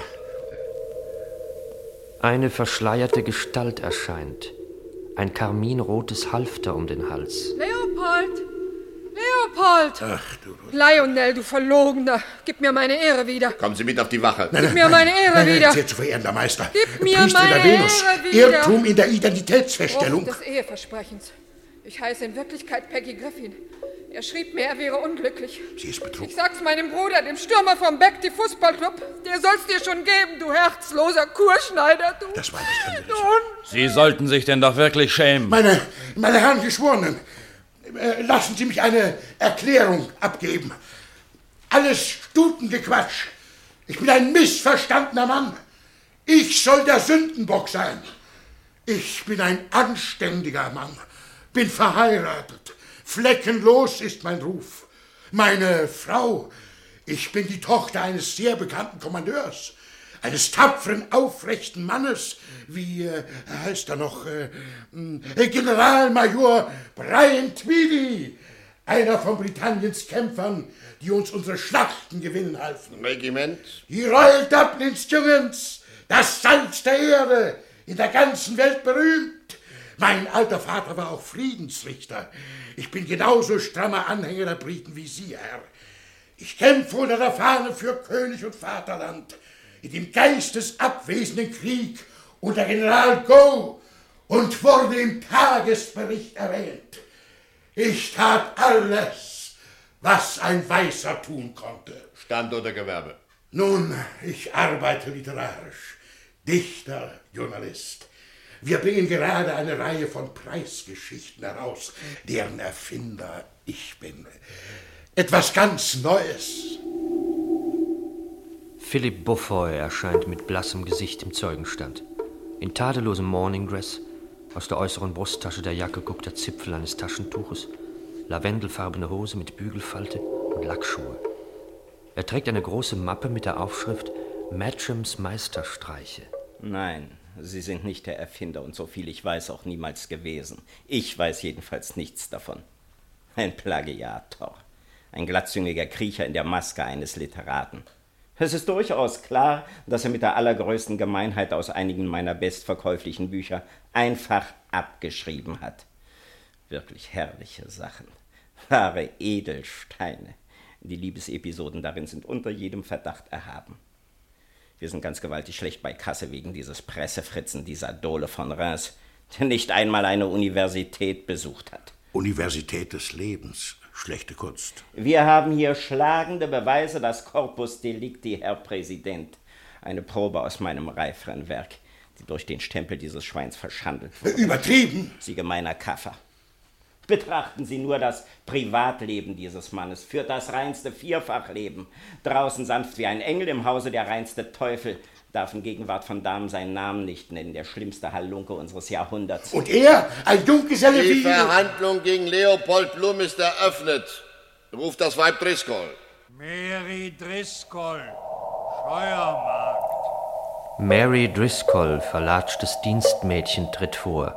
C: Eine verschleierte Gestalt erscheint. Ein karminrotes Halfter um den Hals.
M: Leopold! Leopold!
F: Ach, du...
M: Lionel, du Verlogener! Gib mir meine Ehre wieder!
G: Kommen Sie mit auf die Wache!
M: Gib mir meine Ehre wieder!
F: Sehr zu verehrender Meister!
M: Gib mir
F: Priester
M: meine
F: der Venus.
M: Ehre wieder!
F: Irrtum in der Identitätsfeststellung!
M: Bruch des Eheversprechens. Ich heiße in Wirklichkeit Peggy Griffin. Er schrieb mir, er wäre unglücklich.
F: Sie ist betrunken.
M: Ich sag's meinem Bruder, dem Stürmer vom Beckty Fußballclub. Der soll's dir schon geben, du herzloser Kurschneider, du.
F: Das war das Ende.
J: Sie sollten sich denn doch wirklich schämen.
F: Meine Herren Geschworenen, lassen Sie mich eine Erklärung abgeben. Alles Stutengequatsch. Ich bin ein missverstandener Mann. Ich soll der Sündenbock sein. Ich bin ein anständiger Mann. Bin verheiratet. Fleckenlos ist mein Ruf. Meine Frau Ich bin die Tochter eines sehr bekannten Kommandeurs, eines tapferen, aufrechten Mannes, wie heißt er noch, Generalmajor Brian Tweedy, einer von Britanniens Kämpfern, die uns unsere Schlachten gewinnen halfen.
G: Regiment?
F: Die Royal Dublins, Jungens, das Salz der Erde, in der ganzen Welt berühmt. Mein alter Vater war auch Friedensrichter. Ich bin genauso strammer Anhänger der Briten wie Sie, Herr. Ich kämpfe unter der Fahne für König und Vaterland, in dem geistesabwesenden Krieg unter General Gough und wurde im Tagesbericht erwähnt. Ich tat alles, was ein Weißer tun konnte.
G: Stand oder Gewerbe?
F: Nun, ich arbeite literarisch, Dichter, Journalist. Wir bringen gerade eine Reihe von Preisgeschichten heraus, deren Erfinder ich bin. Etwas ganz Neues.
C: Philipp Beaufoy erscheint mit blassem Gesicht im Zeugenstand. In tadellosem Morning Dress, aus der äußeren Brusttasche der Jacke guckt der Zipfel eines Taschentuches, lavendelfarbene Hose mit Bügelfalte und Lackschuhe. Er trägt eine große Mappe mit der Aufschrift Matchams Meisterstreiche.
H: Nein, Sie sind nicht der Erfinder und soviel ich weiß auch niemals gewesen. Ich weiß jedenfalls nichts davon. Ein Plagiator. Ein glattzüngiger Kriecher in der Maske eines Literaten. Es ist durchaus klar, dass er mit der allergrößten Gemeinheit aus einigen meiner bestverkäuflichen Bücher einfach abgeschrieben hat. Wirklich herrliche Sachen. Wahre Edelsteine. Die Liebesepisoden darin sind unter jedem Verdacht erhaben. Wir sind ganz gewaltig schlecht bei Kasse wegen dieses Pressefritzen, dieser Dole von Reims, der nicht einmal eine Universität besucht hat.
F: Universität des Lebens, schlechte Kunst.
H: Wir haben hier schlagende Beweise, das Corpus Delicti, Herr Präsident. Eine Probe aus meinem reiferen Werk, die durch den Stempel dieses Schweins verschandelt wurde.
F: Übertrieben!
H: Sie gemeiner Kaffer. Betrachten Sie nur das Privatleben dieses Mannes, führt das reinste Vierfachleben. Draußen sanft wie ein Engel, im Hause der reinste Teufel, darf in Gegenwart von Damen seinen Namen nicht nennen, der schlimmste Halunke unseres Jahrhunderts.
F: Und er, ein Junggeselle wie...
G: Die Verhandlung gegen Leopold Blum ist eröffnet. Ruft das Weib Driscoll.
E: Mary Driscoll, Scheuermarkt.
C: Mary Driscoll, verlatschtes Dienstmädchen, tritt vor.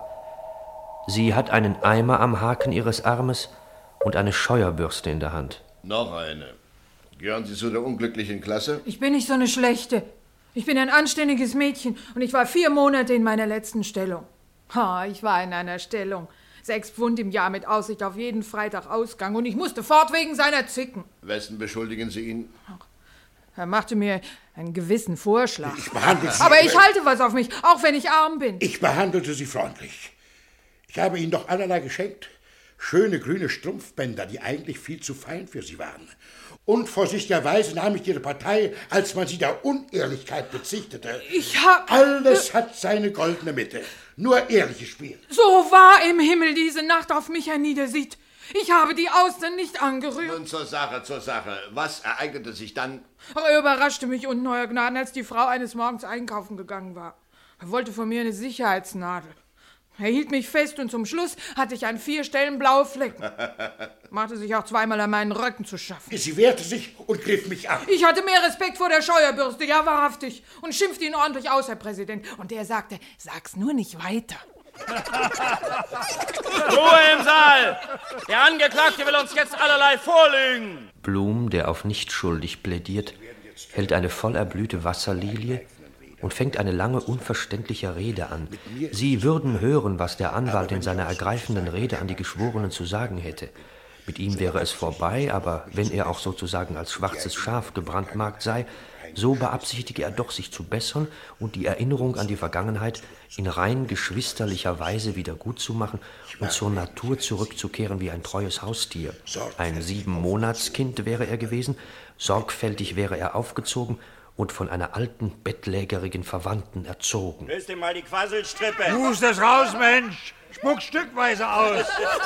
C: Sie hat einen Eimer am Haken ihres Armes und eine Scheuerbürste in der Hand.
G: Noch eine. Gehören Sie zu der unglücklichen Klasse?
K: Ich bin nicht so eine schlechte. Ich bin ein anständiges Mädchen und ich war 4 Monate in meiner letzten Stellung. Ich war in einer Stellung. 6 Pfund im Jahr mit Aussicht auf jeden Freitag Ausgang und ich musste fort wegen seiner Zicken.
G: Wessen beschuldigen Sie ihn?
K: Er machte mir einen gewissen Vorschlag.
F: Ich behandelte Sie...
K: Aber ich halte was auf mich, auch wenn ich arm bin.
F: Ich behandelte Sie freundlich. Ich habe Ihnen doch allerlei geschenkt. Schöne grüne Strumpfbänder, die eigentlich viel zu fein für Sie waren. Unvorsichtigerweise nahm ich Ihre Partei, als man Sie der Unehrlichkeit bezichtete. Alles hat seine goldene Mitte. Nur ehrliches Spiel.
K: So wahr im Himmel diese Nacht auf mich herniedersieht. Ich habe die Austern nicht angerührt.
G: Nun zur Sache, zur Sache. Was ereignete sich dann?
K: Er überraschte mich unten, Euer Gnaden, als die Frau eines Morgens einkaufen gegangen war. Er wollte von mir eine Sicherheitsnadel. Er hielt mich fest und zum Schluss hatte ich an 4 Stellen blaue Flecken. Machte sich auch zweimal an meinen Röcken zu schaffen.
F: Sie wehrte sich und griff mich an.
K: Ich hatte mehr Respekt vor der Scheuerbürste, ja wahrhaftig. Und schimpfte ihn ordentlich aus, Herr Präsident. Und der sagte, sag's nur nicht weiter.
J: Ruhe im Saal! Der Angeklagte will uns jetzt allerlei vorlügen.
C: Blum, der auf nicht schuldig plädiert, hält eine voll erblühte Wasserlilie und fängt eine lange, unverständliche Rede an. Sie würden hören, was der Anwalt in seiner ergreifenden Rede an die Geschworenen zu sagen hätte. Mit ihm wäre es vorbei, aber wenn er auch sozusagen als schwarzes Schaf gebrandmarkt sei, so beabsichtige er doch, sich zu bessern und die Erinnerung an die Vergangenheit in rein geschwisterlicher Weise wieder gut zu machen und zur Natur zurückzukehren wie ein treues Haustier. Ein 7-Monatskind wäre er gewesen, sorgfältig wäre er aufgezogen und von einer alten, bettlägerigen Verwandten erzogen.
H: Löst dir mal die Quasselstrippe.
E: Pust das raus, Mensch! Spuck stückweise aus!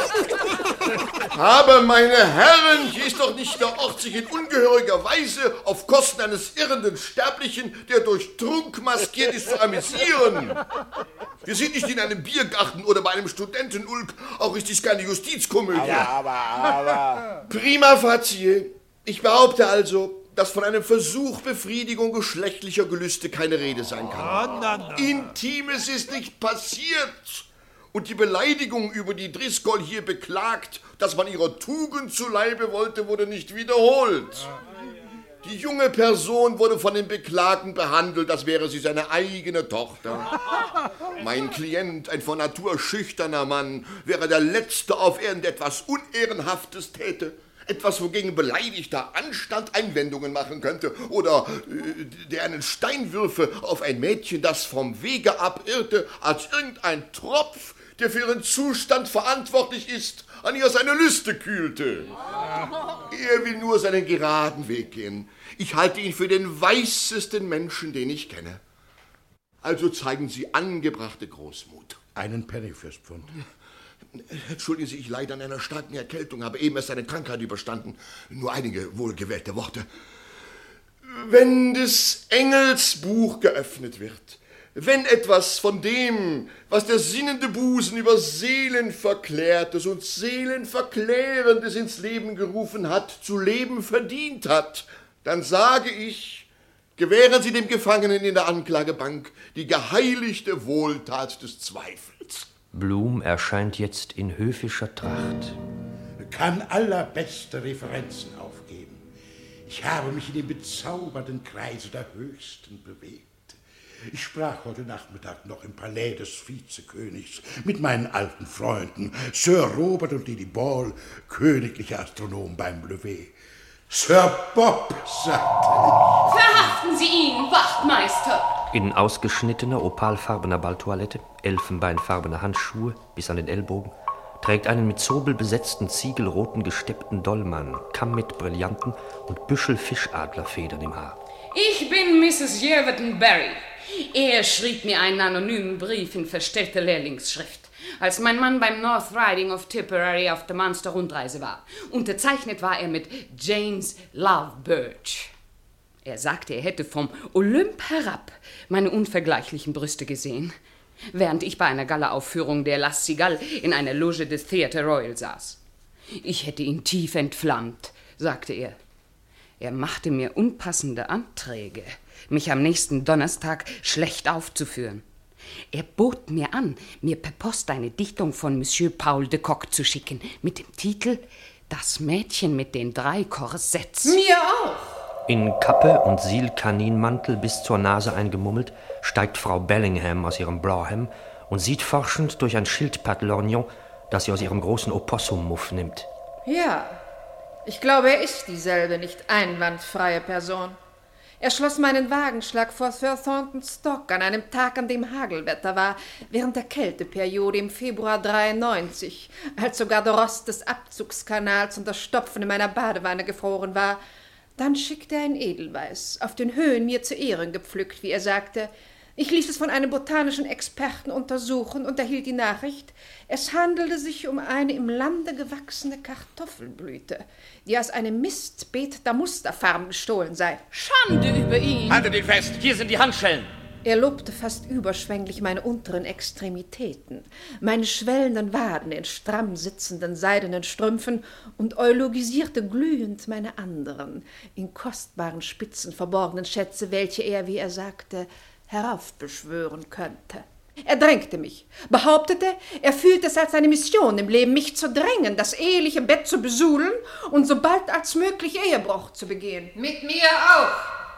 G: Aber, meine Herren, hier ist doch nicht der Ort, sich in ungehöriger Weise auf Kosten eines irrenden Sterblichen, der durch Trunk maskiert ist, zu amüsieren. Wir sind nicht in einem Biergarten oder bei einem Studentenulk, auch ist dies keine Justizkomödie.
H: Aber...
G: Prima facie. Ich behaupte also,
F: dass von einem Versuch Befriedigung geschlechtlicher Gelüste keine Rede sein kann. Intimes ist nicht passiert. Und die Beleidigung, über die Driscoll hier beklagt, dass man ihrer Tugend zu Leibe wollte, wurde nicht wiederholt. Die junge Person wurde von dem Beklagten behandelt, als wäre sie seine eigene Tochter. Mein Klient, ein von Natur schüchterner Mann, wäre der Letzte auf Erden, der etwas Unehrenhaftes täte. Etwas, wogegen beleidigter Anstand Einwendungen machen könnte. Oder der einen Stein würfe auf ein Mädchen, das vom Wege abirrte, als irgendein Tropf, der für ihren Zustand verantwortlich ist, an ihr seine Lüste kühlte. Er will nur seinen geraden Weg gehen. Ich halte ihn für den weißesten Menschen, den ich kenne. Also zeigen Sie angebrachte Großmut. Einen Penny fürs Pfund. Entschuldigen Sie, ich leide an einer starken Erkältung, habe eben erst eine Krankheit überstanden. Nur einige wohlgewählte Worte. Wenn des Engels Buch geöffnet wird, wenn etwas von dem, was der sinnende Busen über Seelenverklärtes und Seelenverklärendes ins Leben gerufen hat, zu leben verdient hat, dann sage ich, gewähren Sie dem Gefangenen in der Anklagebank die geheiligte Wohltat des Zweifels.
C: Blum erscheint jetzt in höfischer Tracht.
N: Kann allerbeste Referenzen aufgeben. Ich habe mich in dem bezaubernden Kreise der Höchsten bewegt. Ich sprach heute Nachmittag noch im Palais des Vizekönigs mit meinen alten Freunden, Sir Robert und Lady Ball, königlicher Astronom beim Lever. Sir Bob, sagte ich.
L: Verhaften Sie ihn, Wachtmeister!
C: In ausgeschnittener, opalfarbener Balltoilette, elfenbeinfarbene Handschuhe bis an den Ellbogen, trägt einen mit Zobel besetzten ziegelroten gesteppten Dollmann, Kamm mit Brillanten und Büschel Fischadlerfedern im Haar.
L: Ich bin Mrs. Yerverton Barry. Er schrieb mir einen anonymen Brief in verstellter Lehrlingsschrift, als mein Mann beim North Riding of Tipperary auf der Munster-Rundreise war. Unterzeichnet war er mit James Love Birch. Er sagte, er hätte vom Olymp herab meine unvergleichlichen Brüste gesehen, während ich bei einer Gala-Aufführung der La Cigale in einer Loge des Theatre Royal saß. Ich hätte ihn tief entflammt, sagte er. Er machte mir unpassende Anträge, mich am nächsten Donnerstag schlecht aufzuführen. Er bot mir an, mir per Post eine Dichtung von Monsieur Paul de Kock zu schicken, mit dem Titel »Das Mädchen mit den 3 Korsetts«.
M: Mir auch!
C: In Kappe und Silkaninmantel bis zur Nase eingemummelt, steigt Frau Bellingham aus ihrem Brougham und sieht forschend durch ein Schildpatt-Lorgnon, das sie aus ihrem großen Opossum-Muff nimmt.
M: Ja, ich glaube, er ist dieselbe nicht einwandfreie Person. Er schloss meinen Wagenschlag vor Sir Thornton Stock an einem Tag, an dem Hagelwetter war, während der Kälteperiode im Februar 93, als sogar der Rost des Abzugskanals und das Stopfen in meiner Badewanne gefroren war. Dann schickte er ein Edelweiß, auf den Höhen mir zu Ehren gepflückt, wie er sagte. Ich ließ es von einem botanischen Experten untersuchen und erhielt die Nachricht, es handelte sich um eine im Lande gewachsene Kartoffelblüte, die aus einem Mistbeet der Musterfarm gestohlen sei.
L: Schande über ihn!
J: Haltet ihn fest! Hier sind die Handschellen!
M: Er lobte fast überschwänglich meine unteren Extremitäten, meine schwellenden Waden in stramm sitzenden seidenen Strümpfen und eulogisierte glühend meine anderen, in kostbaren Spitzen verborgenen Schätze, welche er, wie er sagte, heraufbeschwören könnte. Er drängte mich, behauptete, er fühlte es als eine Mission im Leben, mich zu drängen, das eheliche Bett zu besudeln und so bald als möglich Ehebruch zu begehen.
K: Mit mir auch!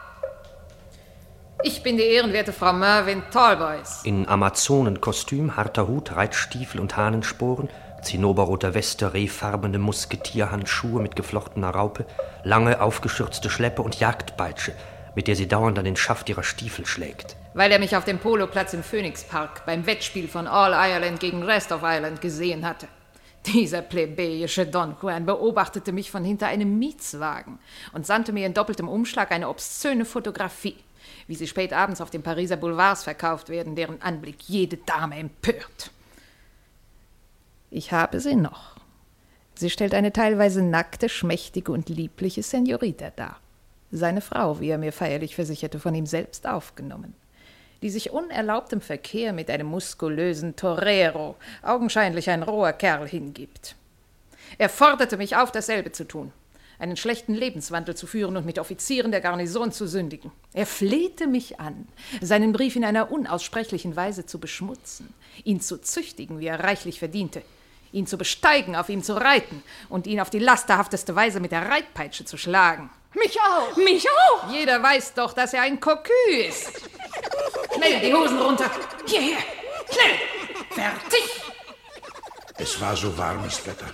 K: Ich bin die ehrenwerte Frau Mervyn Talboys.
C: In Amazonenkostüm, harter Hut, Reitstiefel und Hahnensporen, zinnoberroter Weste, rehfarbene Musketierhandschuhe mit geflochtener Raupe, lange aufgeschürzte Schleppe und Jagdpeitsche, mit der sie dauernd an den Schaft ihrer Stiefel schlägt.
K: Weil er mich auf dem Poloplatz im Phoenix Park beim Wettspiel von All Ireland gegen Rest of Ireland gesehen hatte. Dieser plebejische Don Juan beobachtete mich von hinter einem Mietswagen und sandte mir in doppeltem Umschlag eine obszöne Fotografie, wie sie spät abends auf den Pariser Boulevards verkauft werden, deren Anblick jede Dame empört. Ich habe sie noch. Sie stellt eine teilweise nackte, schmächtige und liebliche Senorita dar. Seine Frau, wie er mir feierlich versicherte, von ihm selbst aufgenommen, die sich unerlaubtem Verkehr mit einem muskulösen Torero, augenscheinlich ein roher Kerl, hingibt. Er forderte mich auf, dasselbe zu tun. einen schlechten Lebenswandel zu führen und mit Offizieren der Garnison zu sündigen. Er flehte mich an, seinen Brief in einer unaussprechlichen Weise zu beschmutzen, ihn zu züchtigen, wie er reichlich verdiente, ihn zu besteigen, auf ihm zu reiten und ihn auf die lasterhafteste Weise mit der Reitpeitsche zu schlagen. Mich auch!
L: Mich auch!
K: Jeder weiß doch, dass er ein Cocu ist. Schnell, die Hosen runter! Hierher! Schnell! Fertig!
N: Es war so warmes Wetter.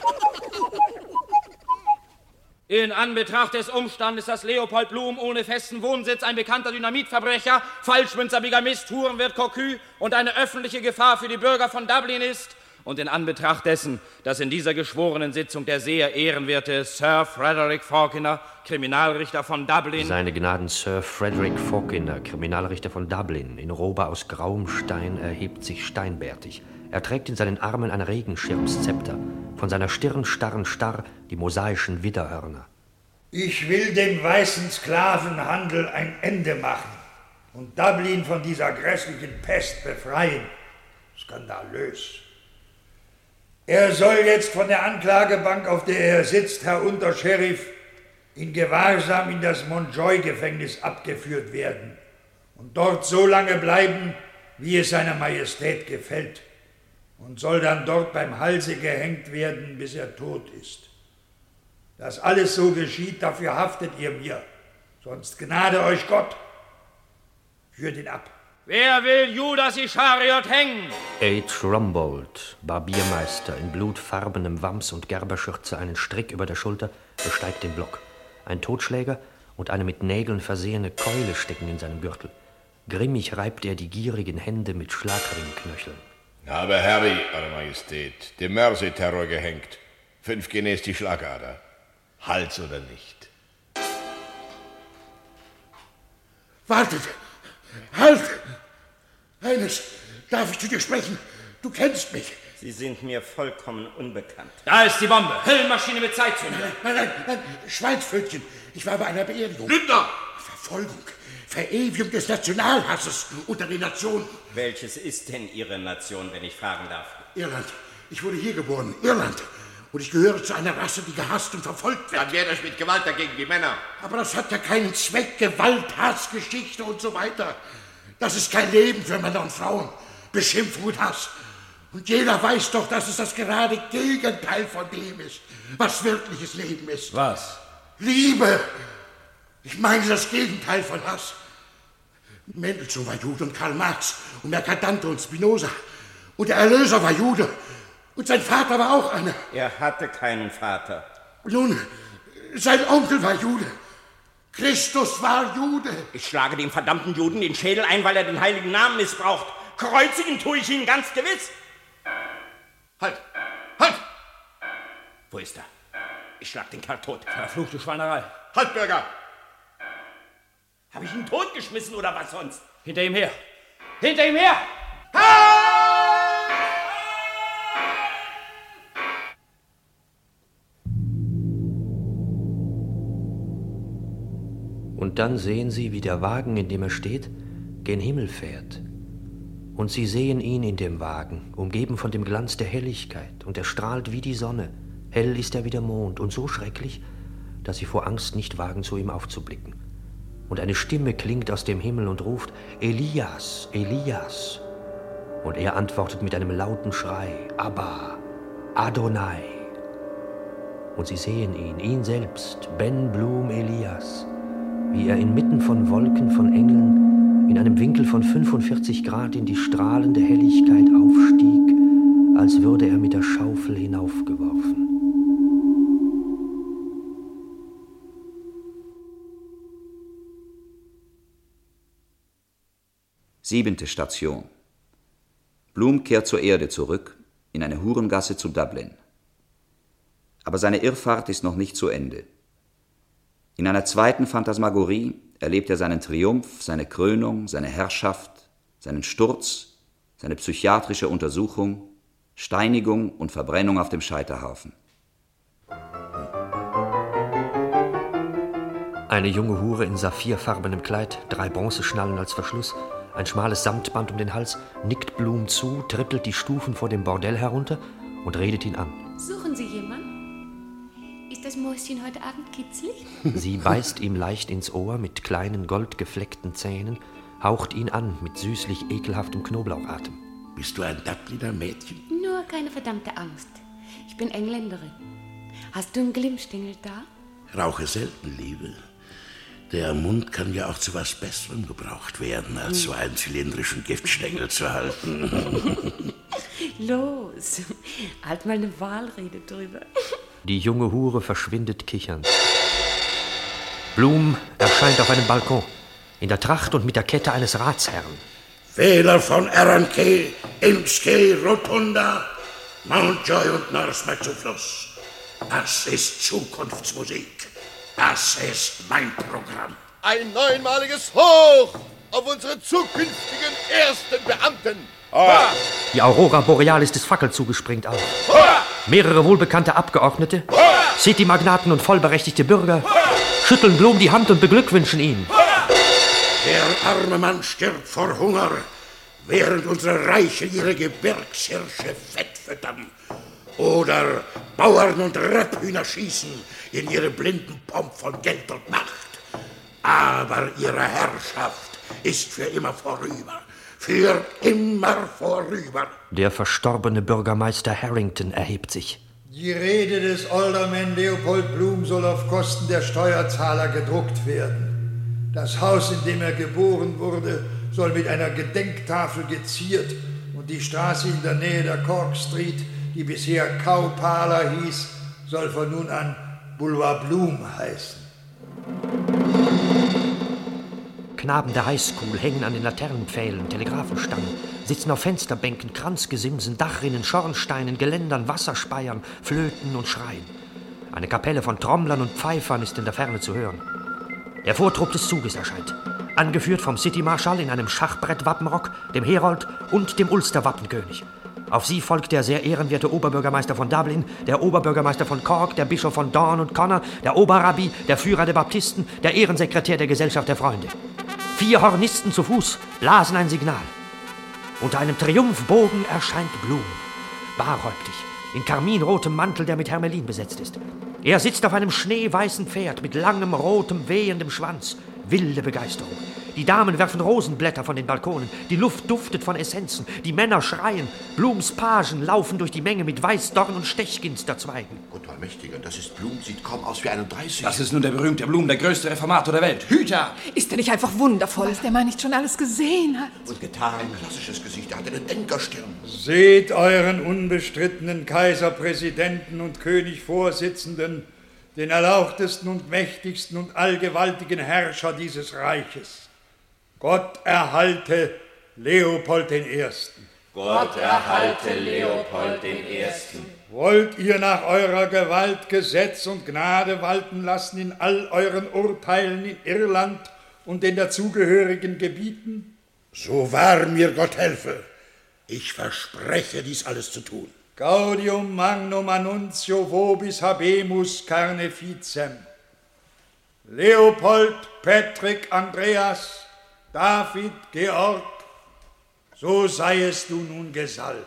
J: In Anbetracht des Umstandes, dass Leopold Blum ohne festen Wohnsitz ein bekannter Dynamitverbrecher, Falschmünzer, Bigamist, Hurenwirt, Cocu und eine öffentliche Gefahr für die Bürger von Dublin ist, und in Anbetracht dessen, dass in dieser geschworenen Sitzung der sehr ehrenwerte Sir Frederick Falkiner, Kriminalrichter von Dublin...
C: Seine Gnaden Sir Frederick Falkiner, Kriminalrichter von Dublin, in Robe aus grauem Stein, erhebt sich steinbärtig. Er trägt in seinen Armen ein Regenschirmszepter, von seiner Stirn starren starr die mosaischen Widderhörner.
E: Ich will dem weißen Sklavenhandel ein Ende machen und Dublin von dieser grässlichen Pest befreien. Skandalös. Er soll jetzt von der Anklagebank, auf der er sitzt, Herr Untersheriff, in Gewahrsam in das Montjoy-Gefängnis abgeführt werden und dort so lange bleiben, wie es seiner Majestät gefällt, und soll dann dort beim Halse gehängt werden, bis er tot ist. Dass alles so geschieht, dafür haftet ihr mir, sonst gnade euch Gott. Führt ihn ab.
J: Wer will Judas Ischariot hängen?
C: H. Rumbold, Barbiermeister, in blutfarbenem Wams und Gerberschürze, einen Strick über der Schulter, besteigt den Block. Ein Totschläger und eine mit Nägeln versehene Keule stecken in seinem Gürtel. Grimmig reibt er die gierigen Hände mit Schlagringknöcheln.
G: Habe Harry, Eure Majestät, dem Mersey-Terror gehängt. 5 Guineas die Schlagader. Hals oder nicht?
N: Wartet! Halt! Eines, darf ich zu dir sprechen? Du kennst mich.
H: Sie sind mir vollkommen unbekannt.
J: Da ist die Bombe. Höllenmaschine mit Zeitzünder.
N: Nein, Schweinspfötchen. Ich war bei einer Beerdigung.
G: Lügner!
N: Verfolgung. Verewigung des Nationalhasses unter den Nationen.
H: Welches ist denn Ihre Nation, wenn ich fragen darf?
N: Irland. Ich wurde hier geboren. Irland. Und ich gehöre zu einer Rasse, die gehasst und verfolgt wird.
G: Dann wehrt euch mit Gewalt dagegen, die Männer.
N: Aber das hat ja keinen Zweck. Gewalt, Hass, Geschichte und so weiter. Das ist kein Leben für Männer und Frauen. Beschimpfung und Hass. Und jeder weiß doch, dass es das gerade Gegenteil von dem ist, was wirkliches Leben ist.
J: Was?
N: Liebe. Ich meine das Gegenteil von Hass. Mendelssohn war Jude und Karl Marx und Mercadante und Spinoza. Und der Erlöser war Jude. Und sein Vater war auch einer.
H: Er hatte keinen Vater.
N: Nun, sein Onkel war Jude. Christus war Jude.
H: Ich schlage dem verdammten Juden den Schädel ein, weil er den heiligen Namen missbraucht. Kreuzigen tue ich ihn ganz gewiss.
G: Halt! Halt!
H: Wo ist er? Ich schlag den Kerl tot.
J: Verfluchte Schweinerei.
G: Halt, Bürger!
H: Habe ich ihn totgeschmissen oder was sonst?
J: Hinter ihm her! Hinter ihm her!
C: Und dann sehen sie, wie der Wagen, in dem er steht, gen Himmel fährt. Und sie sehen ihn in dem Wagen, umgeben von dem Glanz der Helligkeit, und er strahlt wie die Sonne. Hell ist er wie der Mond und so schrecklich, dass sie vor Angst nicht wagen, zu ihm aufzublicken. Und eine Stimme klingt aus dem Himmel und ruft, Elias, Elias. Und er antwortet mit einem lauten Schrei, Abba, Adonai. Und sie sehen ihn selbst, Ben Blum Elias, wie er inmitten von Wolken von Engeln in einem Winkel von 45 Grad in die strahlende Helligkeit aufstieg, als würde er mit der Schaufel hinaufgeworfen.
A: Siebente Station. Blum kehrt zur Erde zurück, in eine Hurengasse zu Dublin. Aber seine Irrfahrt ist noch nicht zu Ende. In einer zweiten Phantasmagorie erlebt er seinen Triumph, seine Krönung, seine Herrschaft, seinen Sturz, seine psychiatrische Untersuchung, Steinigung und Verbrennung auf dem Scheiterhaufen.
C: Eine junge Hure in saphirfarbenem Kleid, 3 Bronzeschnallen als Verschluss, ein schmales Samtband um den Hals, nickt Blum zu, trippelt die Stufen vor dem Bordell herunter und redet ihn an.
L: Suchen Sie jemanden? Ist das Wo ist Ihnen heute Abend kitzlig?
C: Sie beißt ihm leicht ins Ohr mit kleinen goldgefleckten Zähnen, haucht ihn an mit süßlich ekelhaftem Knoblauchatem.
F: Bist du ein Dubliner Mädchen?
L: Nur keine verdammte Angst. Ich bin Engländerin. Hast du einen Glimmstängel da?
F: Rauche selten, Liebe. Der Mund kann ja auch zu was Besserem gebraucht werden, als so einen zylindrischen Giftstängel zu halten.
L: Los, halt mal eine Wahlrede drüber.
C: Die junge Hure verschwindet kichernd. Blum erscheint auf einem Balkon, in der Tracht und mit der Kette eines Ratsherrn.
F: Wähler von R&K, Inchkey, Rotunda, Mountjoy und Norseman Zufluss. Das ist Zukunftsmusik. Das ist mein Programm.
O: Ein neunmaliges Hoch auf unsere zukünftigen ersten Beamten.
C: Die Aurora Borealis des Fackelzuges springt auf. Mehrere wohlbekannte Abgeordnete, City-Magnaten und vollberechtigte Bürger schütteln Blum die Hand und beglückwünschen ihn.
F: Der arme Mann stirbt vor Hunger, während unsere Reichen ihre Gebirgshirsche fett füttern. Oder Bauern und Rebhühner schießen in ihre blinden Pomp von Geld und Macht. Aber ihre Herrschaft ist für immer vorüber. Für immer vorüber.
C: Der verstorbene Bürgermeister Harrington erhebt sich.
E: Die Rede des Alderman Leopold Blum soll auf Kosten der Steuerzahler gedruckt werden. Das Haus, in dem er geboren wurde, soll mit einer Gedenktafel geziert und die Straße in der Nähe der Cork Street, die bisher Cow Parlour hieß, soll von nun an Boulevard Blum heißen.
C: Knaben der Highschool hängen an den Laternenpfählen, Telegrafenstangen, sitzen auf Fensterbänken, Kranzgesimsen, Dachrinnen, Schornsteinen, Geländern, Wasserspeiern, Flöten und schreien. Eine Kapelle von Trommlern und Pfeifern ist in der Ferne zu hören. Der Vortrupp des Zuges erscheint, angeführt vom City-Marschall in einem Schachbrett-Wappenrock, dem Herold und dem Ulster-Wappenkönig. Auf sie folgt der sehr ehrenwerte Oberbürgermeister von Dublin, der Oberbürgermeister von Cork, der Bischof von Down und Connor, der Oberrabbi, der Führer der Baptisten, der Ehrensekretär der Gesellschaft der Freunde. 4 Hornisten zu Fuß blasen ein Signal. Unter einem Triumphbogen erscheint Blum, barhäuptig, in karminrotem Mantel, der mit Hermelin besetzt ist. Er sitzt auf einem schneeweißen Pferd mit langem, rotem, wehendem Schwanz. Wilde Begeisterung. Die Damen werfen Rosenblätter von den Balkonen. Die Luft duftet von Essenzen. Die Männer schreien. Blums Pagen laufen durch die Menge mit Weißdorn und Stechginsterzweigen.
F: Gott allmächtiger, das ist Blum, sieht kaum aus wie 31.
J: Das ist nun der berühmte Blum, der größte Reformator der Welt. Hüter!
K: Ist er nicht einfach wundervoll? Was der Mann nicht schon alles gesehen hat.
F: Und getan. Ein klassisches Gesicht, er hat eine Denkerstirn.
E: Seht euren unbestrittenen Kaiserpräsidenten und Königvorsitzenden, den erlauchtesten und mächtigsten und allgewaltigen Herrscher dieses Reiches. Gott erhalte Leopold I.
J: Gott erhalte Leopold I.
E: Wollt ihr nach eurer Gewalt Gesetz und Gnade walten lassen in all euren Urteilen in Irland und den dazugehörigen Gebieten?
F: So wahr mir Gott helfe, ich verspreche, dies alles zu tun.
E: Gaudium magnum annuncio vobis habemus carneficem. Leopold, Patrick, Andreas, David, Georg, so seiest du nun gesalbt.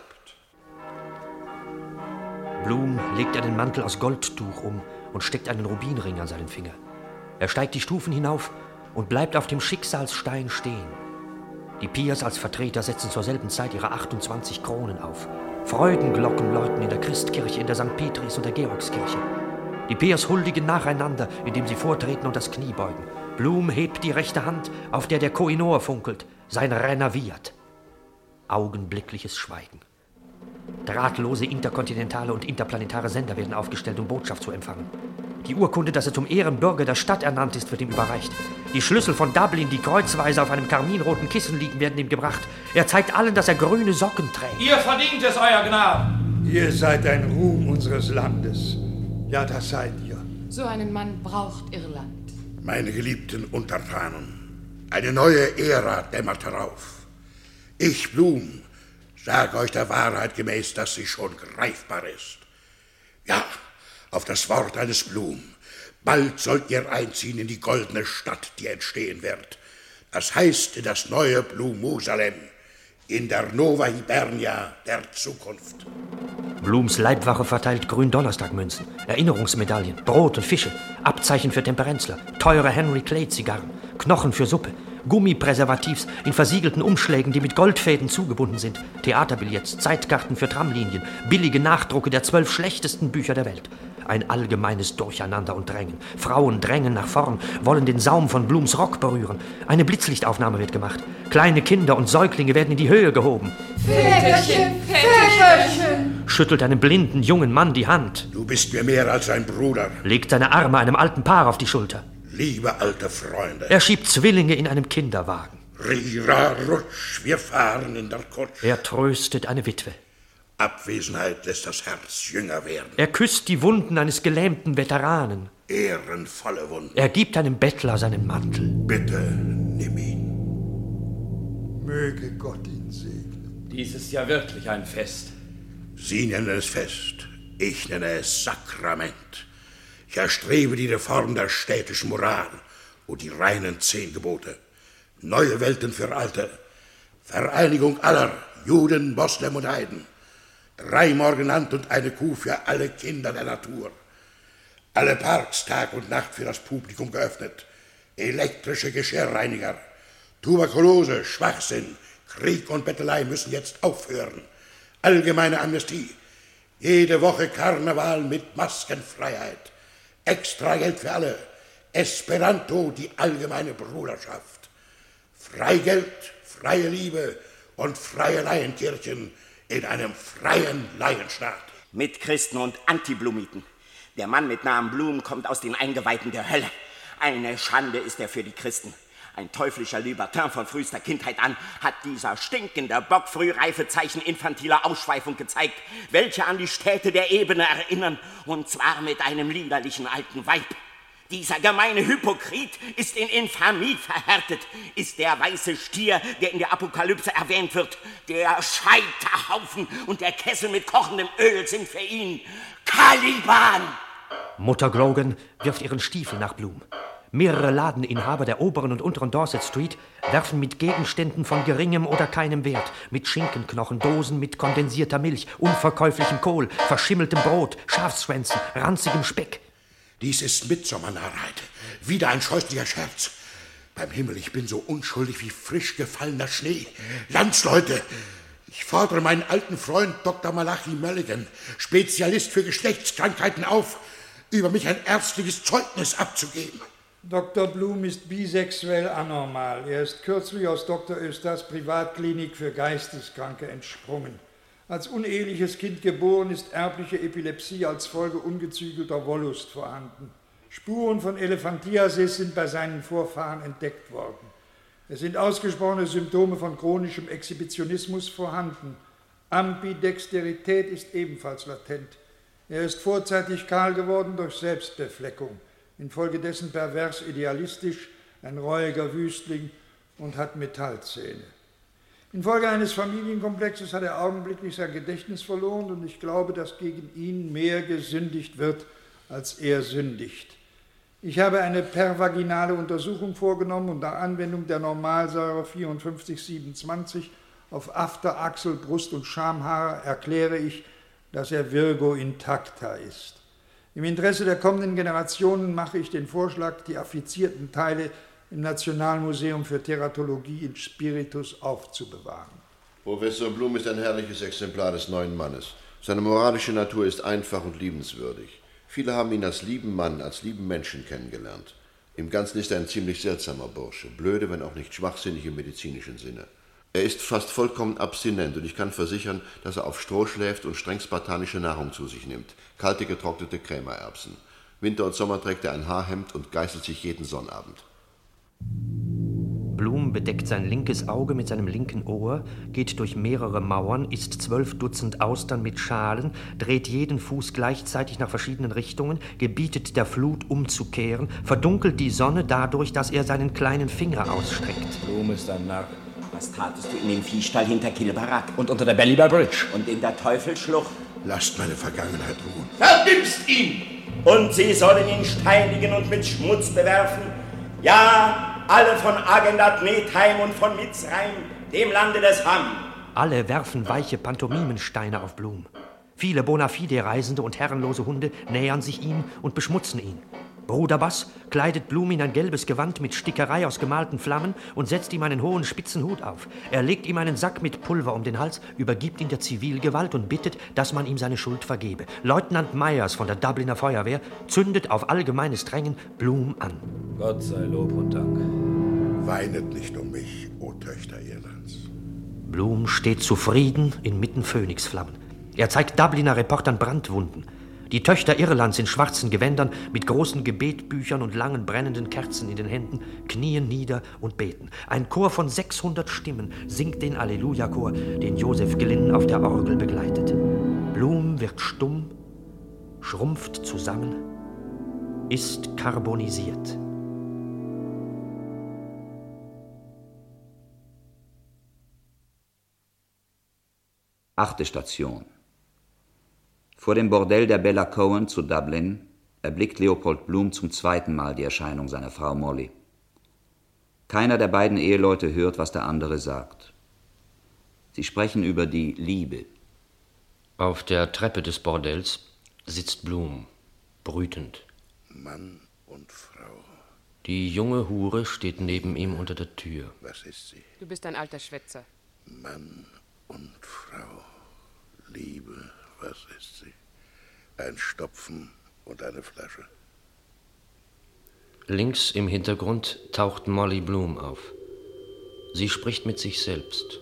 C: Blum legt einen Mantel aus Goldtuch um und steckt einen Rubinring an seinen Finger. Er steigt die Stufen hinauf und bleibt auf dem Schicksalsstein stehen. Die Piers als Vertreter setzen zur selben Zeit ihre 28 Kronen auf. Freudenglocken läuten in der Christkirche, in der St. Petris und der Georgskirche. Die Piers huldigen nacheinander, indem sie vortreten und das Knie beugen. Blum hebt die rechte Hand, auf der Koinor funkelt. Sein Renner wiehert. Augenblickliches Schweigen. Drahtlose interkontinentale und interplanetare Sender werden aufgestellt, um Botschaft zu empfangen. Die Urkunde, dass er zum Ehrenbürger der Stadt ernannt ist, wird ihm überreicht. Die Schlüssel von Dublin, die kreuzweise auf einem karminroten Kissen liegen, werden ihm gebracht. Er zeigt allen, dass er grüne Socken trägt.
J: Ihr verdient es, euer Gnaden.
E: Ihr seid ein Ruhm unseres Landes. Ja, das seid ihr.
L: So einen Mann braucht Irland.
F: Meine geliebten Untertanen, eine neue Ära dämmert herauf. Ich, Blum, sage euch der Wahrheit gemäß, dass sie schon greifbar ist. Ja, auf das Wort eines Blum. Bald sollt ihr einziehen in die goldene Stadt, die entstehen wird. Das heißt in das neue Blumusalem.
N: in der Nova Hibernia der Zukunft.
C: Blums Leibwache verteilt Gründonnerstagmünzen, Erinnerungsmedaillen, Brot und Fische, Abzeichen für Temperenzler, teure Henry Clay-Zigarren, Knochen für Suppe, Gummipräservativs in versiegelten Umschlägen, die mit Goldfäden zugebunden sind, Theaterbillets, Zeitkarten für Tramlinien, billige Nachdrucke der 12 schlechtesten Bücher der Welt. Ein allgemeines Durcheinander und Drängen. Frauen drängen nach vorn, wollen den Saum von Blums Rock berühren. Eine Blitzlichtaufnahme wird gemacht. Kleine Kinder und Säuglinge werden in die Höhe gehoben.
M: Väterchen, Väterchen!
C: Schüttelt einem blinden jungen Mann die Hand.
N: Du bist mir mehr als ein Bruder.
C: Legt seine Arme einem alten Paar auf die Schulter.
N: Liebe alte Freunde.
C: Er schiebt Zwillinge in einem Kinderwagen.
N: Rira, rutsch, wir fahren in der Kutsche.
C: Er tröstet eine Witwe.
N: Abwesenheit lässt das Herz jünger werden.
C: Er küsst die Wunden eines gelähmten Veteranen.
N: Ehrenvolle Wunden.
C: Er gibt einem Bettler seinen Mantel.
N: Bitte, nimm ihn.
E: Möge Gott ihn segnen.
J: Dies ist ja wirklich ein Fest.
N: Sie nennen es Fest, ich nenne es Sakrament. Ich erstrebe die Reform der städtischen Moral und die reinen 10 Gebote. Neue Welten für Alte. Vereinigung aller, Juden, Moslem und Heiden. 3 Morgenland und eine Kuh für alle Kinder der Natur. Alle Parks Tag und Nacht für das Publikum geöffnet. Elektrische Geschirrreiniger. Tuberkulose, Schwachsinn, Krieg und Bettelei müssen jetzt aufhören. Allgemeine Amnestie. Jede Woche Karneval mit Maskenfreiheit. Extra Geld für alle. Esperanto, die allgemeine Bruderschaft. Freigeld, freie Liebe und freie Laienkirchen in einem freien Laienstaat.
H: Mit Christen und Antiblumiten. Der Mann mit Namen Blum kommt aus den Eingeweihten der Hölle. Eine Schande ist er für die Christen. Ein teuflischer Libertin von frühester Kindheit an hat dieser stinkende Bock Frühreifezeichen infantiler Ausschweifung gezeigt, welche an die Städte der Ebene erinnern, und zwar mit einem liederlichen alten Weib. Dieser gemeine Hypokrit ist in Infamie verhärtet, ist der weiße Stier, der in der Apokalypse erwähnt wird. Der Scheiterhaufen und der Kessel mit kochendem Öl sind für ihn Caliban.
C: Mutter Grogan wirft ihren Stiefel nach Blum. Mehrere Ladeninhaber der oberen und unteren Dorset Street werfen mit Gegenständen von geringem oder keinem Wert, mit Schinkenknochen, Dosen mit kondensierter Milch, unverkäuflichem Kohl, verschimmeltem Brot, Schafsschwänzen, ranzigem Speck.
N: Dies ist Mitsommernarrheit. Wieder ein scheußlicher Scherz. Beim Himmel, ich bin so unschuldig wie frisch gefallener Schnee. Landsleute, ich fordere meinen alten Freund Dr. Malachi Mulligan, Spezialist für Geschlechtskrankheiten, auf, über mich ein ärztliches Zeugnis abzugeben.
E: Dr. Blum ist bisexuell anormal. Er ist kürzlich aus Dr. Oesters Privatklinik für Geisteskranke entsprungen. Als uneheliches Kind geboren, ist erbliche Epilepsie als Folge ungezügelter Wollust vorhanden. Spuren von Elephantiasis sind bei seinen Vorfahren entdeckt worden. Es sind ausgesprochene Symptome von chronischem Exhibitionismus vorhanden. Ambidexterität ist ebenfalls latent. Er ist vorzeitig kahl geworden durch Selbstbefleckung, infolgedessen pervers idealistisch, ein reuiger Wüstling und hat Metallzähne. Infolge eines Familienkomplexes hat er augenblicklich sein Gedächtnis verloren und ich glaube, dass gegen ihn mehr gesündigt wird, als er sündigt. Ich habe eine pervaginale Untersuchung vorgenommen und nach Anwendung der Normalsäure 5427 auf After, Achsel, Brust und Schamhaare erkläre ich, dass er Virgo intacta ist. Im Interesse der kommenden Generationen mache ich den Vorschlag, die affizierten Teile im Nationalmuseum für Teratologie in Spiritus aufzubewahren.
P: Professor Blum ist ein herrliches Exemplar des neuen Mannes. Seine moralische Natur ist einfach und liebenswürdig. Viele haben ihn als lieben Mann, als lieben Menschen kennengelernt. Im Ganzen ist er ein ziemlich seltsamer Bursche, blöde, wenn auch nicht schwachsinnig im medizinischen Sinne. Er ist fast vollkommen abstinent und ich kann versichern, dass er auf Stroh schläft und streng spartanische Nahrung zu sich nimmt. Kalte, getrocknete Krämererbsen. Winter und Sommer trägt er ein Haarhemd und geißelt sich jeden Sonnabend.
C: Blum bedeckt sein linkes Auge mit seinem linken Ohr, geht durch mehrere Mauern, isst 12 Dutzend Austern mit Schalen, dreht jeden Fuß gleichzeitig nach verschiedenen Richtungen, gebietet der Flut umzukehren, verdunkelt die Sonne dadurch, dass er seinen kleinen Finger ausstreckt.
J: Blum ist ein Narr.
H: Was tatest du in dem Viehstall hinter Kilbarak?
J: Und unter der Belly Bridge.
H: Und in der Teufelsschlucht?
N: Lasst meine Vergangenheit ruhen.
O: Vernimmst ihn!
H: Und sie sollen ihn steinigen und mit Schmutz bewerfen? Ja, alle von Agendat Netheim und von Mitzrayim, dem Lande des Ham.
C: Alle werfen weiche Pantomimensteine auf Blum. Viele Bonafide-Reisende und herrenlose Hunde nähern sich ihm und beschmutzen ihn. Bruder Bass kleidet Blum in ein gelbes Gewand mit Stickerei aus gemalten Flammen und setzt ihm einen hohen spitzen Hut auf. Er legt ihm einen Sack mit Pulver um den Hals, übergibt ihn der Zivilgewalt und bittet, dass man ihm seine Schuld vergebe. Leutnant Myers von der Dubliner Feuerwehr zündet auf allgemeines Drängen Blum an.
D: Gott sei Lob und Dank.
N: Weinet nicht um mich, o Töchter Irlands.
C: Blum steht zufrieden inmitten Phönixflammen. Er zeigt Dubliner Reportern Brandwunden. Die Töchter Irlands in schwarzen Gewändern mit großen Gebetbüchern und langen brennenden Kerzen in den Händen knien nieder und beten. Ein Chor von 600 Stimmen singt den Alleluja-Chor, den Joseph Glynn auf der Orgel begleitet. Blum wird stumm, schrumpft zusammen, ist karbonisiert.
A: Achte Station. Vor dem Bordell der Bella Cohen zu Dublin erblickt Leopold Bloom zum zweiten Mal die Erscheinung seiner Frau Molly. Keiner der beiden Eheleute hört, was der andere sagt. Sie sprechen über die Liebe.
C: Auf der Treppe des Bordells sitzt Bloom, brütend.
N: Mann und Frau.
C: Die junge Hure steht neben ihm unter der Tür.
N: Was ist sie?
I: Du bist ein alter Schwätzer.
N: Mann und Frau. Liebe, was ist sie? Ein Stopfen und eine Flasche.
C: Links im Hintergrund taucht Molly Bloom auf. Sie spricht mit sich selbst.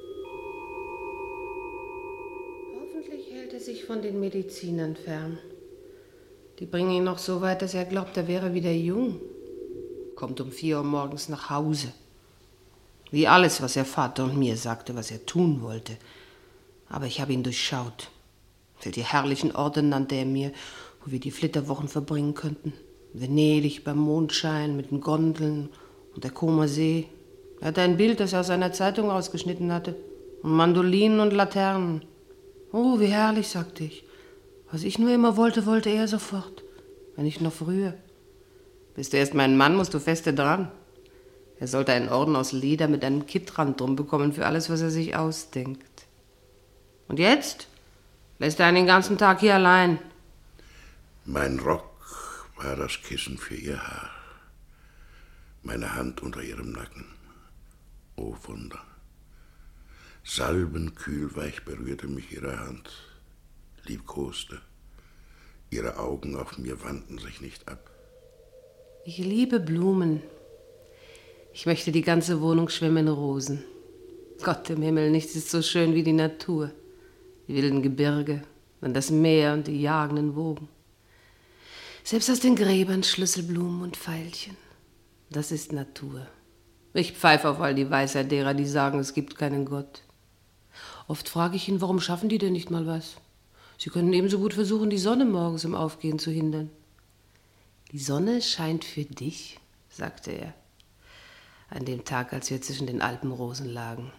I: Hoffentlich hält er sich von den Medizinern fern. Die bringen ihn noch so weit, dass er glaubt, er wäre wieder jung. Kommt um 4 Uhr morgens nach Hause. Wie alles, was er Vater und mir sagte, was er tun wollte. Aber ich habe ihn durchschaut. Die herrlichen Orte nannte er mir, wo wir die Flitterwochen verbringen könnten. Venedig beim Mondschein mit den Gondeln und der Comer See. Er hatte ein Bild, das er aus einer Zeitung ausgeschnitten hatte. Und Mandolinen und Laternen. Oh, wie herrlich, sagte ich. Was ich nur immer wollte, wollte er sofort. Wenn nicht noch früher. Bist du erst mein Mann, musst du feste dran. Er sollte einen Orden aus Leder mit einem Kittrand drum bekommen für alles, was er sich ausdenkt. Und jetzt lässt er einen den ganzen Tag hier allein.
N: Mein Rock war das Kissen für ihr Haar. Meine Hand unter ihrem Nacken. O Wunder. Salbenkühlweich berührte mich ihre Hand, liebkoste. Ihre Augen auf mir wandten sich nicht ab.
I: Ich liebe Blumen. Ich möchte die ganze Wohnung schwimmen in Rosen. Gott im Himmel, nichts ist so schön wie die Natur. Die wilden Gebirge, dann das Meer und die jagenden Wogen. Selbst aus den Gräbern Schlüsselblumen und Veilchen. Das ist Natur. Ich pfeife auf all die Weisheit derer, die sagen, es gibt keinen Gott. Oft frage ich ihn, warum schaffen die denn nicht mal was? Sie können ebenso gut versuchen, die Sonne morgens im Aufgehen zu hindern. Die Sonne scheint für dich, sagte er, an dem Tag, als wir zwischen den Alpenrosen lagen.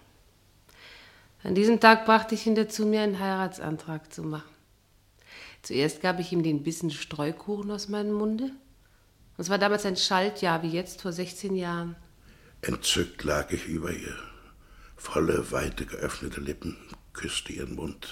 I: An diesem Tag brachte ich ihn dazu, mir einen Heiratsantrag zu machen. Zuerst gab ich ihm den Bissen Streukuchen aus meinem Munde. Und es war damals ein Schaltjahr, wie jetzt, vor 16 Jahren.
N: Entzückt lag ich über ihr. Volle, weite, geöffnete Lippen, küsste ihren Mund.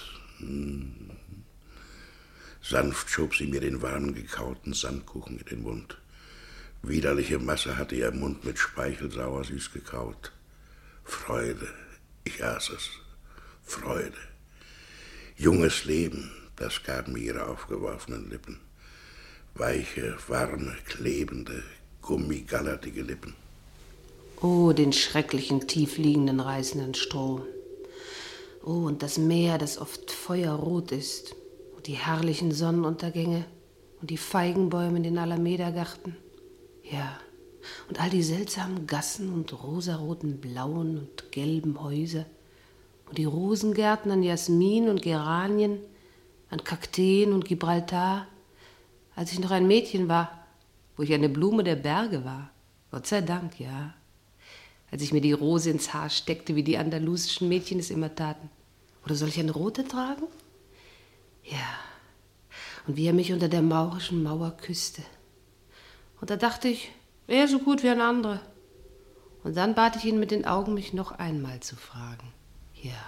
N: Sanft schob sie mir den warmen, gekauten Sandkuchen in den Mund. Widerliche Masse hatte ihr Mund mit Speichel sauersüß gekaut. Freude, ich aß es. Freude. Junges Leben, das gaben mir ihre aufgeworfenen Lippen. Weiche, warme, klebende, gummigallertige Lippen.
I: Oh, den schrecklichen, tiefliegenden, reißenden Strom. Oh, und das Meer, das oft feuerrot ist. Und die herrlichen Sonnenuntergänge und die Feigenbäume in den Alameda-Garten. Ja, und all die seltsamen Gassen und rosaroten, blauen und gelben Häuser. Und die Rosengärten an Jasmin und Geranien, an Kakteen und Gibraltar. Als ich noch ein Mädchen war, wo ich eine Blume der Berge war. Gott sei Dank, ja. Als ich mir die Rose ins Haar steckte, wie die andalusischen Mädchen es immer taten. Oder soll ich eine rote tragen? Ja. Und wie er mich unter der maurischen Mauer küsste. Und da dachte ich, er so gut wie ein anderer. Und dann bat ich ihn mit den Augen, mich noch einmal zu fragen. Ja.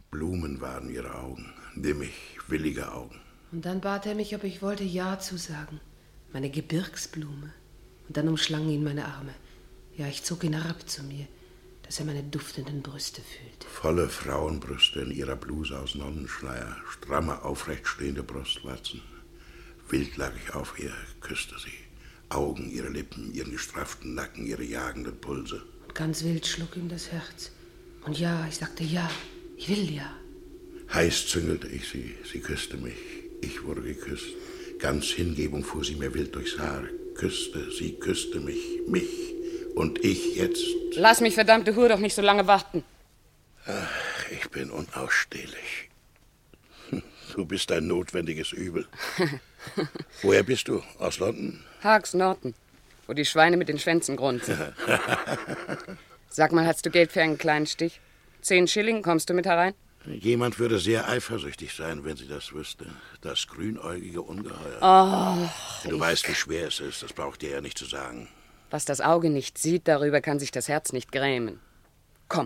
F: Blumen waren ihre Augen, dimmig, willige Augen.
I: Und dann bat er mich, ob ich wollte Ja zu sagen. Meine Gebirgsblume. Und dann umschlangen ihn meine Arme. Ja, ich zog ihn herab zu mir, dass er meine duftenden Brüste fühlte.
F: Volle Frauenbrüste in ihrer Bluse aus Nonnenschleier, stramme, aufrecht stehende Brustwarzen. Wild lag ich auf ihr, küsste sie. Augen, ihre Lippen, ihren gestrafften Nacken, ihre jagenden Pulse.
I: Und ganz wild schlug ihm das Herz. Und ja, ich sagte ja, ich will ja.
F: Heiß züngelte ich sie, sie küsste mich. Ich wurde geküsst. Ganz Hingebung fuhr sie mir wild durchs Haar. Küsste, sie küsste mich. Und ich jetzt.
L: Lass mich, verdammte Hure, doch nicht so lange warten.
F: Ach, ich bin unausstehlich. Du bist ein notwendiges Übel. Woher bist du? Aus London?
L: Haags Norton, wo die Schweine mit den Schwänzen grunzen. Sag mal, hast du Geld für einen kleinen Stich? 10 Schilling, kommst du mit herein?
F: Jemand würde sehr eifersüchtig sein, wenn sie das wüsste. Das grünäugige Ungeheuer.
L: Oh,
F: du weißt, wie schwer es ist, das braucht dir ja nicht zu sagen.
L: Was das Auge nicht sieht, darüber kann sich das Herz nicht grämen. Komm.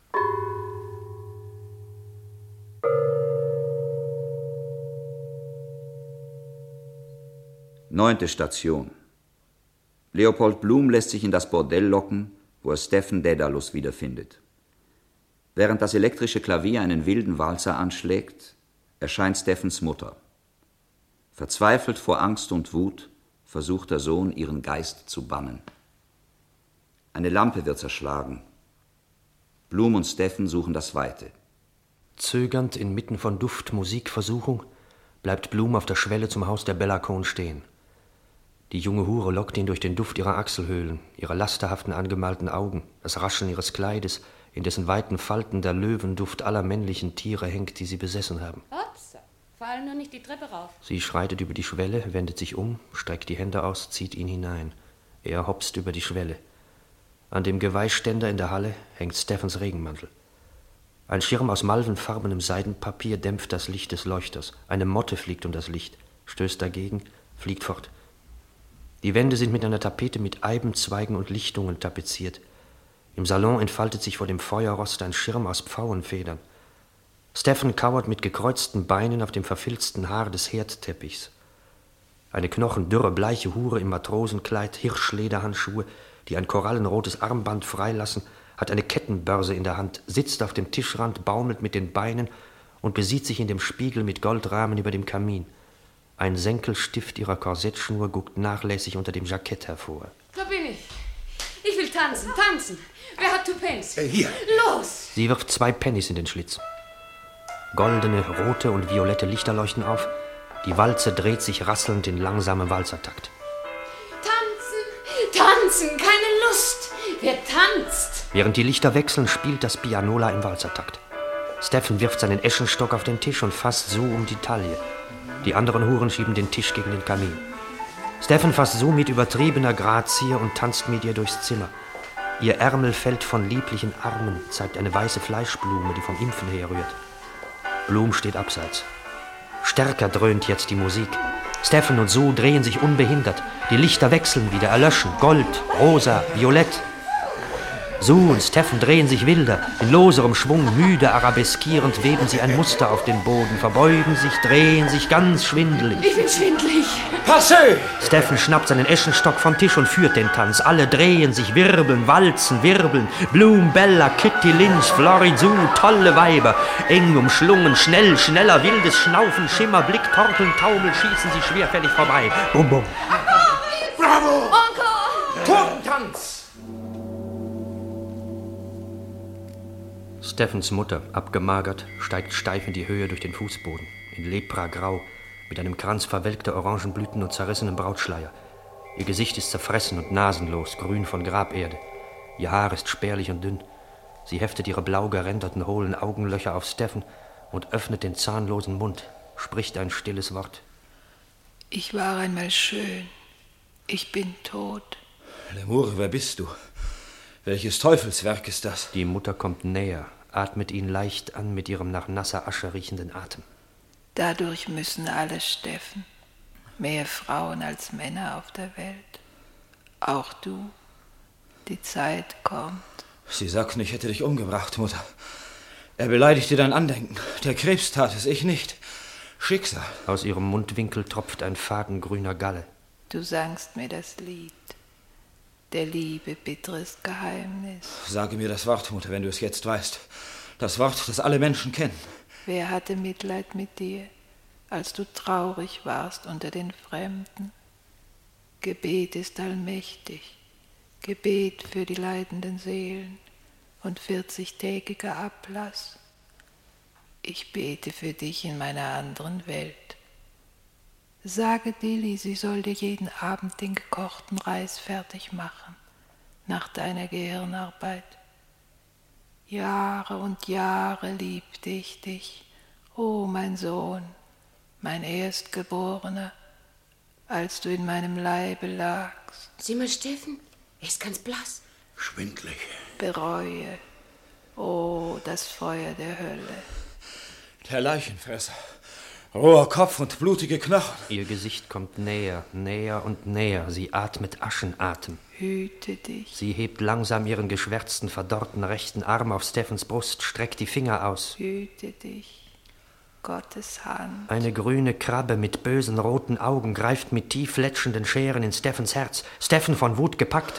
A: Neunte Station. Leopold Bloom lässt sich in das Bordell locken, wo er Stephen Daedalus wiederfindet. Während das elektrische Klavier einen wilden Walzer anschlägt, erscheint Stephens Mutter. Verzweifelt vor Angst und Wut versucht der Sohn, ihren Geist zu bannen. Eine Lampe wird zerschlagen. Bloom und Stephen suchen das Weite.
C: Zögernd inmitten von Duft, Musik, Versuchung bleibt Bloom auf der Schwelle zum Haus der Bellacone stehen. Die junge Hure lockt ihn durch den Duft ihrer Achselhöhlen, ihrer lasterhaften angemalten Augen, das Rascheln ihres Kleides, in dessen weiten Falten der Löwenduft aller männlichen Tiere hängt, die sie besessen haben.
L: Hopsa, fallen nur nicht die Treppe rauf.
C: Sie schreitet über die Schwelle, wendet sich um, streckt die Hände aus, zieht ihn hinein. Er hopst über die Schwelle. An dem Geweihständer in der Halle hängt Stephens Regenmantel. Ein Schirm aus malvenfarbenem Seidenpapier dämpft das Licht des Leuchters. Eine Motte fliegt um das Licht, stößt dagegen, fliegt fort. Die Wände sind mit einer Tapete mit Eibenzweigen und Lichtungen tapeziert. Im Salon entfaltet sich vor dem Feuerrost ein Schirm aus Pfauenfedern. Stephen kauert mit gekreuzten Beinen auf dem verfilzten Haar des Herdteppichs. Eine knochendürre, bleiche Hure im Matrosenkleid, Hirschlederhandschuhe, die ein korallenrotes Armband freilassen, hat eine Kettenbörse in der Hand, sitzt auf dem Tischrand, baumelt mit den Beinen und besieht sich in dem Spiegel mit Goldrahmen über dem Kamin. Ein Senkelstift ihrer Korsettschnur guckt nachlässig unter dem Jackett hervor.
L: Da bin ich. Ich will tanzen, tanzen. Wer hat 2 Pence?
F: Hier.
L: Los!
C: Sie wirft 2 Pennies in den Schlitz. Goldene, rote und violette Lichter leuchten auf. Die Walze dreht sich rasselnd in langsamem Walzertakt.
L: Tanzen, tanzen, keine Lust. Wer tanzt?
C: Während die Lichter wechseln, spielt das Pianola im Walzertakt. Stephen wirft seinen Eschenstock auf den Tisch und fasst so um die Taille. Die anderen Huren schieben den Tisch gegen den Kamin. Stephen fasst so mit übertriebener Grazie und tanzt mit ihr durchs Zimmer. Ihr Ärmel fällt von lieblichen Armen, zeigt eine weiße Fleischblume, die vom Impfen herrührt. Bloom steht abseits. Stärker dröhnt jetzt die Musik. Stephen und Sue drehen sich unbehindert. Die Lichter wechseln wieder, erlöschen. Gold, rosa, violett. Sue und Stephen drehen sich wilder. In loserem Schwung, müde arabeskierend, weben sie ein Muster auf den Boden, verbeugen sich, drehen sich ganz schwindelig.
L: Ich bin schwindelig.
C: Passé! Stephen schnappt seinen Eschenstock vom Tisch und führt den Tanz. Alle drehen sich, wirbeln, walzen, wirbeln. Bloom, Bella, Kitty, Lynch, Florrie, Sue, tolle Weiber. Eng umschlungen, schnell, schneller, wildes Schnaufen, Schimmer, Blick, Torkeln, Taumel, schießen sie schwerfällig vorbei. Bum, bum.
L: Bravo! Encore!
C: Turmtanz! Stephens Mutter, abgemagert, steigt steif in die Höhe durch den Fußboden, in Lepragrau, mit einem Kranz verwelkter Orangenblüten und zerrissenem Brautschleier. Ihr Gesicht ist zerfressen und nasenlos, grün von Graberde. Ihr Haar ist spärlich und dünn. Sie heftet ihre blau geränderten, hohlen Augenlöcher auf Stephen und öffnet den zahnlosen Mund, spricht ein stilles Wort.
K: Ich war einmal schön. Ich bin tot.
D: Lemur, wer bist du? Welches Teufelswerk ist das?
C: Die Mutter kommt näher, atmet ihn leicht an mit ihrem nach nasser Asche riechenden Atem.
K: Dadurch müssen alle Steffen. Mehr Frauen als Männer auf der Welt. Auch du. Die Zeit kommt.
D: Sie sagten, ich hätte dich umgebracht, Mutter. Er beleidigte dein Andenken. Der Krebs tat es, ich nicht. Schicksal.
C: Aus ihrem Mundwinkel tropft ein Faden grüner Galle.
K: Du sangst mir das Lied. Der Liebe bitteres Geheimnis.
D: Sage mir das Wort, Mutter, wenn du es jetzt weißt. Das Wort, das alle Menschen kennen.
K: Wer hatte Mitleid mit dir, als du traurig warst unter den Fremden? Gebet ist allmächtig, Gebet für die leidenden Seelen und 40-tägiger Ablass. Ich bete für dich in meiner anderen Welt. Sage Dilly, sie soll dir jeden Abend den gekochten Reis fertig machen, nach deiner Gehirnarbeit. Jahre und Jahre liebte ich dich, oh mein Sohn, mein Erstgeborener, als du in meinem Leibe lagst.
I: Sieh mal, Steffen, er ist ganz blass.
F: Schwindlig.
K: Bereue, oh, das Feuer der Hölle.
D: Der Leichenfresser. Roher Kopf und blutige Knochen.
C: Ihr Gesicht kommt näher, näher und näher. Sie atmet Aschenatem.
K: Hüte dich.
C: Sie hebt langsam ihren geschwärzten, verdorrten rechten Arm auf Steffens Brust, streckt die Finger aus.
K: Hüte dich, Gottes Hand.
C: Eine grüne Krabbe mit bösen roten Augen greift mit tief fletschenden Scheren in Steffens Herz. Steffen von Wut gepackt.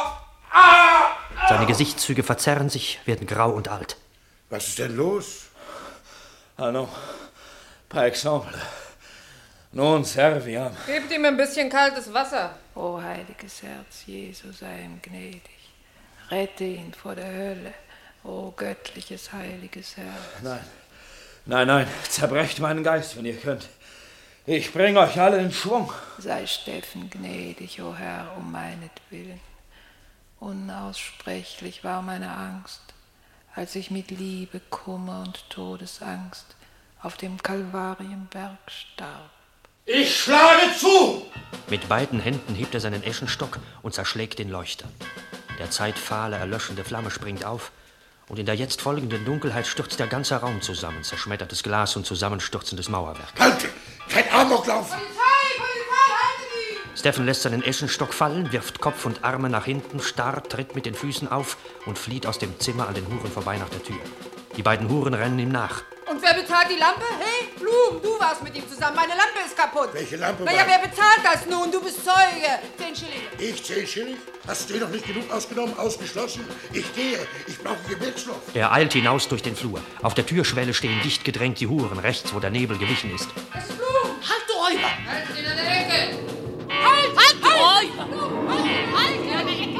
C: Seine Gesichtszüge verzerren sich, werden grau und alt.
F: Was ist denn los?
D: Hallo. Par exemple. Nun, serviam.
M: Gebt ihm ein bisschen kaltes Wasser.
K: O heiliges Herz Jesu, sei ihm gnädig. Rette ihn vor der Hölle, o göttliches, heiliges Herz.
D: Nein, zerbrecht meinen Geist, wenn ihr könnt. Ich bringe euch alle in Schwung.
K: Sei Steffen gnädig, o Herr, um meinetwillen. Unaussprechlich war meine Angst, als ich mit Liebe, Kummer und Todesangst auf dem Kalvarienberg starb.
E: Ich schlage zu!
C: Mit beiden Händen hebt er seinen Eschenstock und zerschlägt den Leuchter. Der zeitfahle, erlöschende Flamme springt auf, und in der jetzt folgenden Dunkelheit stürzt der ganze Raum zusammen, zerschmettertes Glas und zusammenstürzendes Mauerwerk.
F: Halt! Kein Amoklauf!
C: Steffen lässt seinen Eschenstock fallen, wirft Kopf und Arme nach hinten, starrt, tritt mit den Füßen auf und flieht aus dem Zimmer an den Huren vorbei nach der Tür. Die beiden Huren rennen ihm nach.
M: Und wer bezahlt die Lampe? Hey, Blum, du warst mit ihm zusammen. Meine Lampe ist kaputt.
F: Welche Lampe?
M: Naja, wer bezahlt das nun? Du bist Zeuge. 10 Schillinge.
F: Ich 10 Schilling? Hast du dir noch nicht genug ausgenommen, ausgeschlossen? Ich gehe. Ich brauche Gebetsloch.
C: Er eilt hinaus durch den Flur. Auf der Türschwelle stehen dicht gedrängt die Huren, rechts, wo der Nebel gewichen ist.
M: Das ist Blum.
Q: Halt, du Räuber!
M: Halt ihn an der Ecke.
Q: Halt, du Räuber! Halt ihn an der Ecke!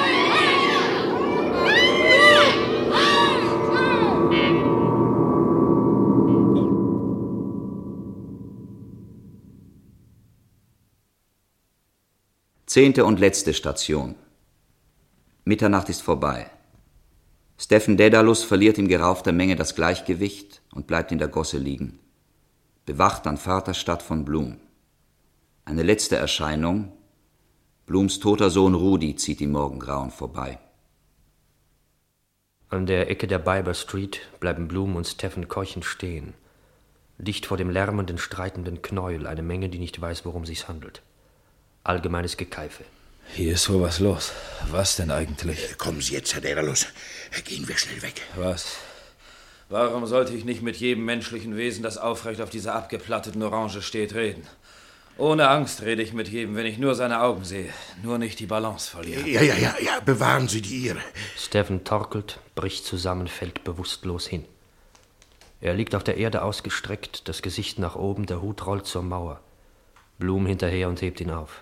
A: Zehnte und letzte Station. Mitternacht ist vorbei. Steffen Daedalus verliert in geraufter Menge das Gleichgewicht und bleibt in der Gosse liegen. Bewacht an Vaterstadt von Blum. Eine letzte Erscheinung. Blums toter Sohn Rudi zieht im Morgengrauen vorbei.
C: An der Ecke der Biber Street bleiben Blum und Steffen keuchend stehen. Dicht vor dem lärmenden, streitenden Knäuel, eine Menge, die nicht weiß, worum sich's handelt. Allgemeines Gekeife.
D: Hier ist wohl was los. Was denn eigentlich?
F: Kommen Sie jetzt, Herr Daedalus. Gehen wir schnell weg.
D: Was? Warum sollte ich nicht mit jedem menschlichen Wesen, das aufrecht auf dieser abgeplatteten Orange steht, reden? Ohne Angst rede ich mit jedem, wenn ich nur seine Augen sehe. Nur nicht die Balance verlieren.
F: Ja, bewahren Sie die Ihre.
C: Steffen torkelt, bricht zusammen, fällt bewusstlos hin. Er liegt auf der Erde ausgestreckt, das Gesicht nach oben, der Hut rollt zur Mauer. Blum hinterher und hebt ihn auf.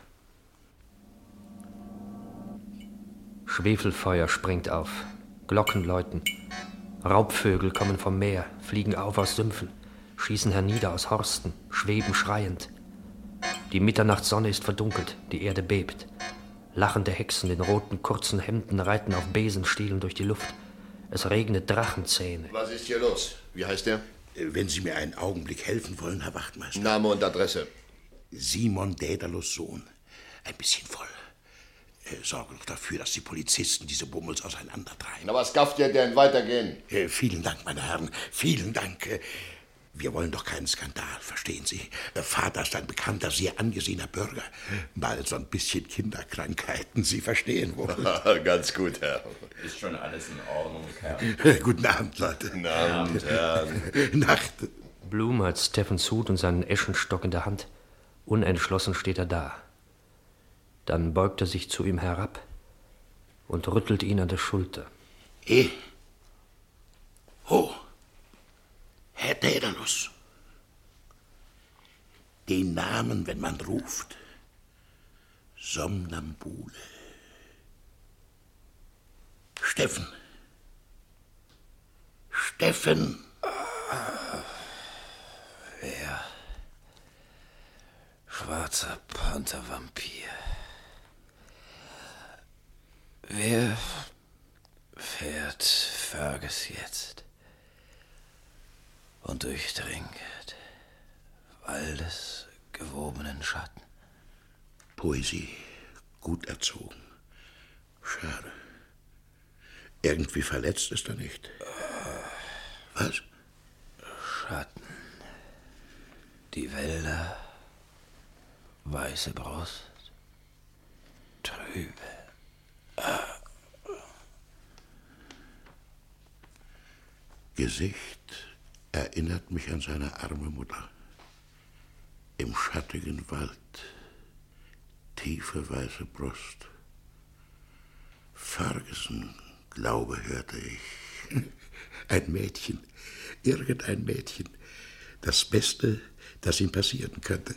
C: Schwefelfeuer springt auf, Glocken läuten. Raubvögel kommen vom Meer, fliegen auf aus Sümpfen, schießen hernieder aus Horsten, schweben schreiend. Die Mitternachtssonne ist verdunkelt, die Erde bebt. Lachende Hexen in roten, kurzen Hemden reiten auf Besenstielen durch die Luft. Es regnet Drachenzähne.
P: Was ist hier los? Wie heißt der?
F: Wenn Sie mir einen Augenblick helfen wollen, Herr Wachtmeister.
P: Name und Adresse.
F: Simon Daedalus Sohn. Ein bisschen voll. Sorge doch dafür, dass die Polizisten diese Bummels auseinandertreiben.
P: Na, was gafft ihr denn? Weitergehen.
F: Vielen Dank, meine Herren. Vielen Dank.
N: Wir wollen doch keinen Skandal, verstehen Sie? Der Vater ist ein bekannter, sehr angesehener Bürger. Mal so ein bisschen Kinderkrankheiten, Sie verstehen wohl.
O: Ganz gut, Herr.
H: Ist schon alles in Ordnung, Herr.
N: Guten Abend, Leute.
O: Guten Abend, Herrn.
N: Nacht.
C: Blum hat Steffens Hut und seinen Eschenstock in der Hand. Unentschlossen steht er da. Dann beugt er sich zu ihm herab und rüttelt ihn an der Schulter.
N: Herr Daedalus. Den Namen, wenn man ruft. Somnambule. Steffen.
D: Wer? Schwarzer Panther-Vampir. Wer fährt Fergus jetzt und durchdringt Waldes gewobenen Schatten?
N: Poesie, gut erzogen. Schade. Irgendwie verletzt ist er nicht. Was?
D: Schatten. Die Wälder, weiße Brust, trübe.
N: Gesicht erinnert mich an seine arme Mutter. Im schattigen Wald, tiefe weiße Brust. Ferguson, glaube, hörte ich. Ein Mädchen, irgendein Mädchen. Das Beste, das ihm passieren könnte.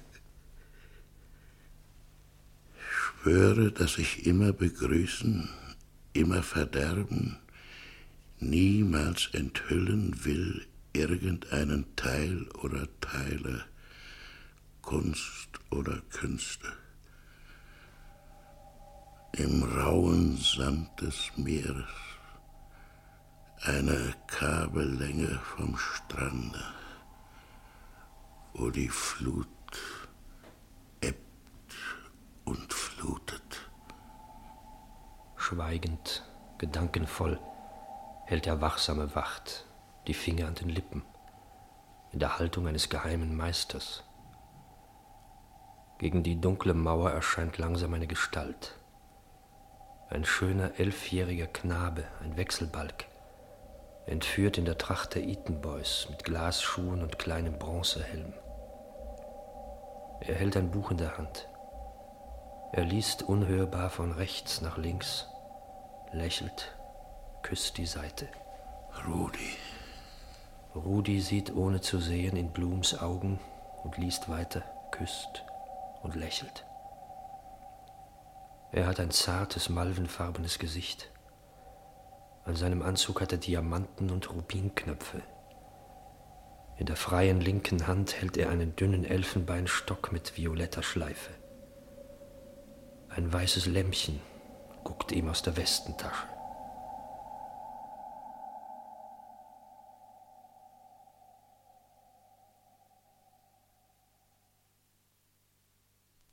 N: Schwöre, dass ich immer begrüßen, immer verderben, niemals enthüllen will irgendeinen Teil oder Teile, Kunst oder Künste. Im rauen Sand des Meeres, eine Kabellänge vom Strande, wo die Flut ebbt und flutet.
C: Schweigend, gedankenvoll hält der Wachsame Wacht, die Finger an den Lippen, in der Haltung eines geheimen Meisters. Gegen die dunkle Mauer erscheint langsam eine Gestalt. Ein schöner 11-jähriger Knabe, ein Wechselbalg, entführt in der Tracht der Eton Boys mit Glasschuhen und kleinem Bronzehelm. Er hält ein Buch in der Hand. Er liest unhörbar von rechts nach links, lächelt, küsst die Seite.
N: Rudi.
C: Rudi sieht ohne zu sehen in Blums Augen und liest weiter, küsst und lächelt. Er hat ein zartes, malvenfarbenes Gesicht. An seinem Anzug hat er Diamanten und Rubinknöpfe. In der freien linken Hand hält er einen dünnen Elfenbeinstock mit violetter Schleife. Ein weißes Lämpchen guckt ihm aus der Westentasche.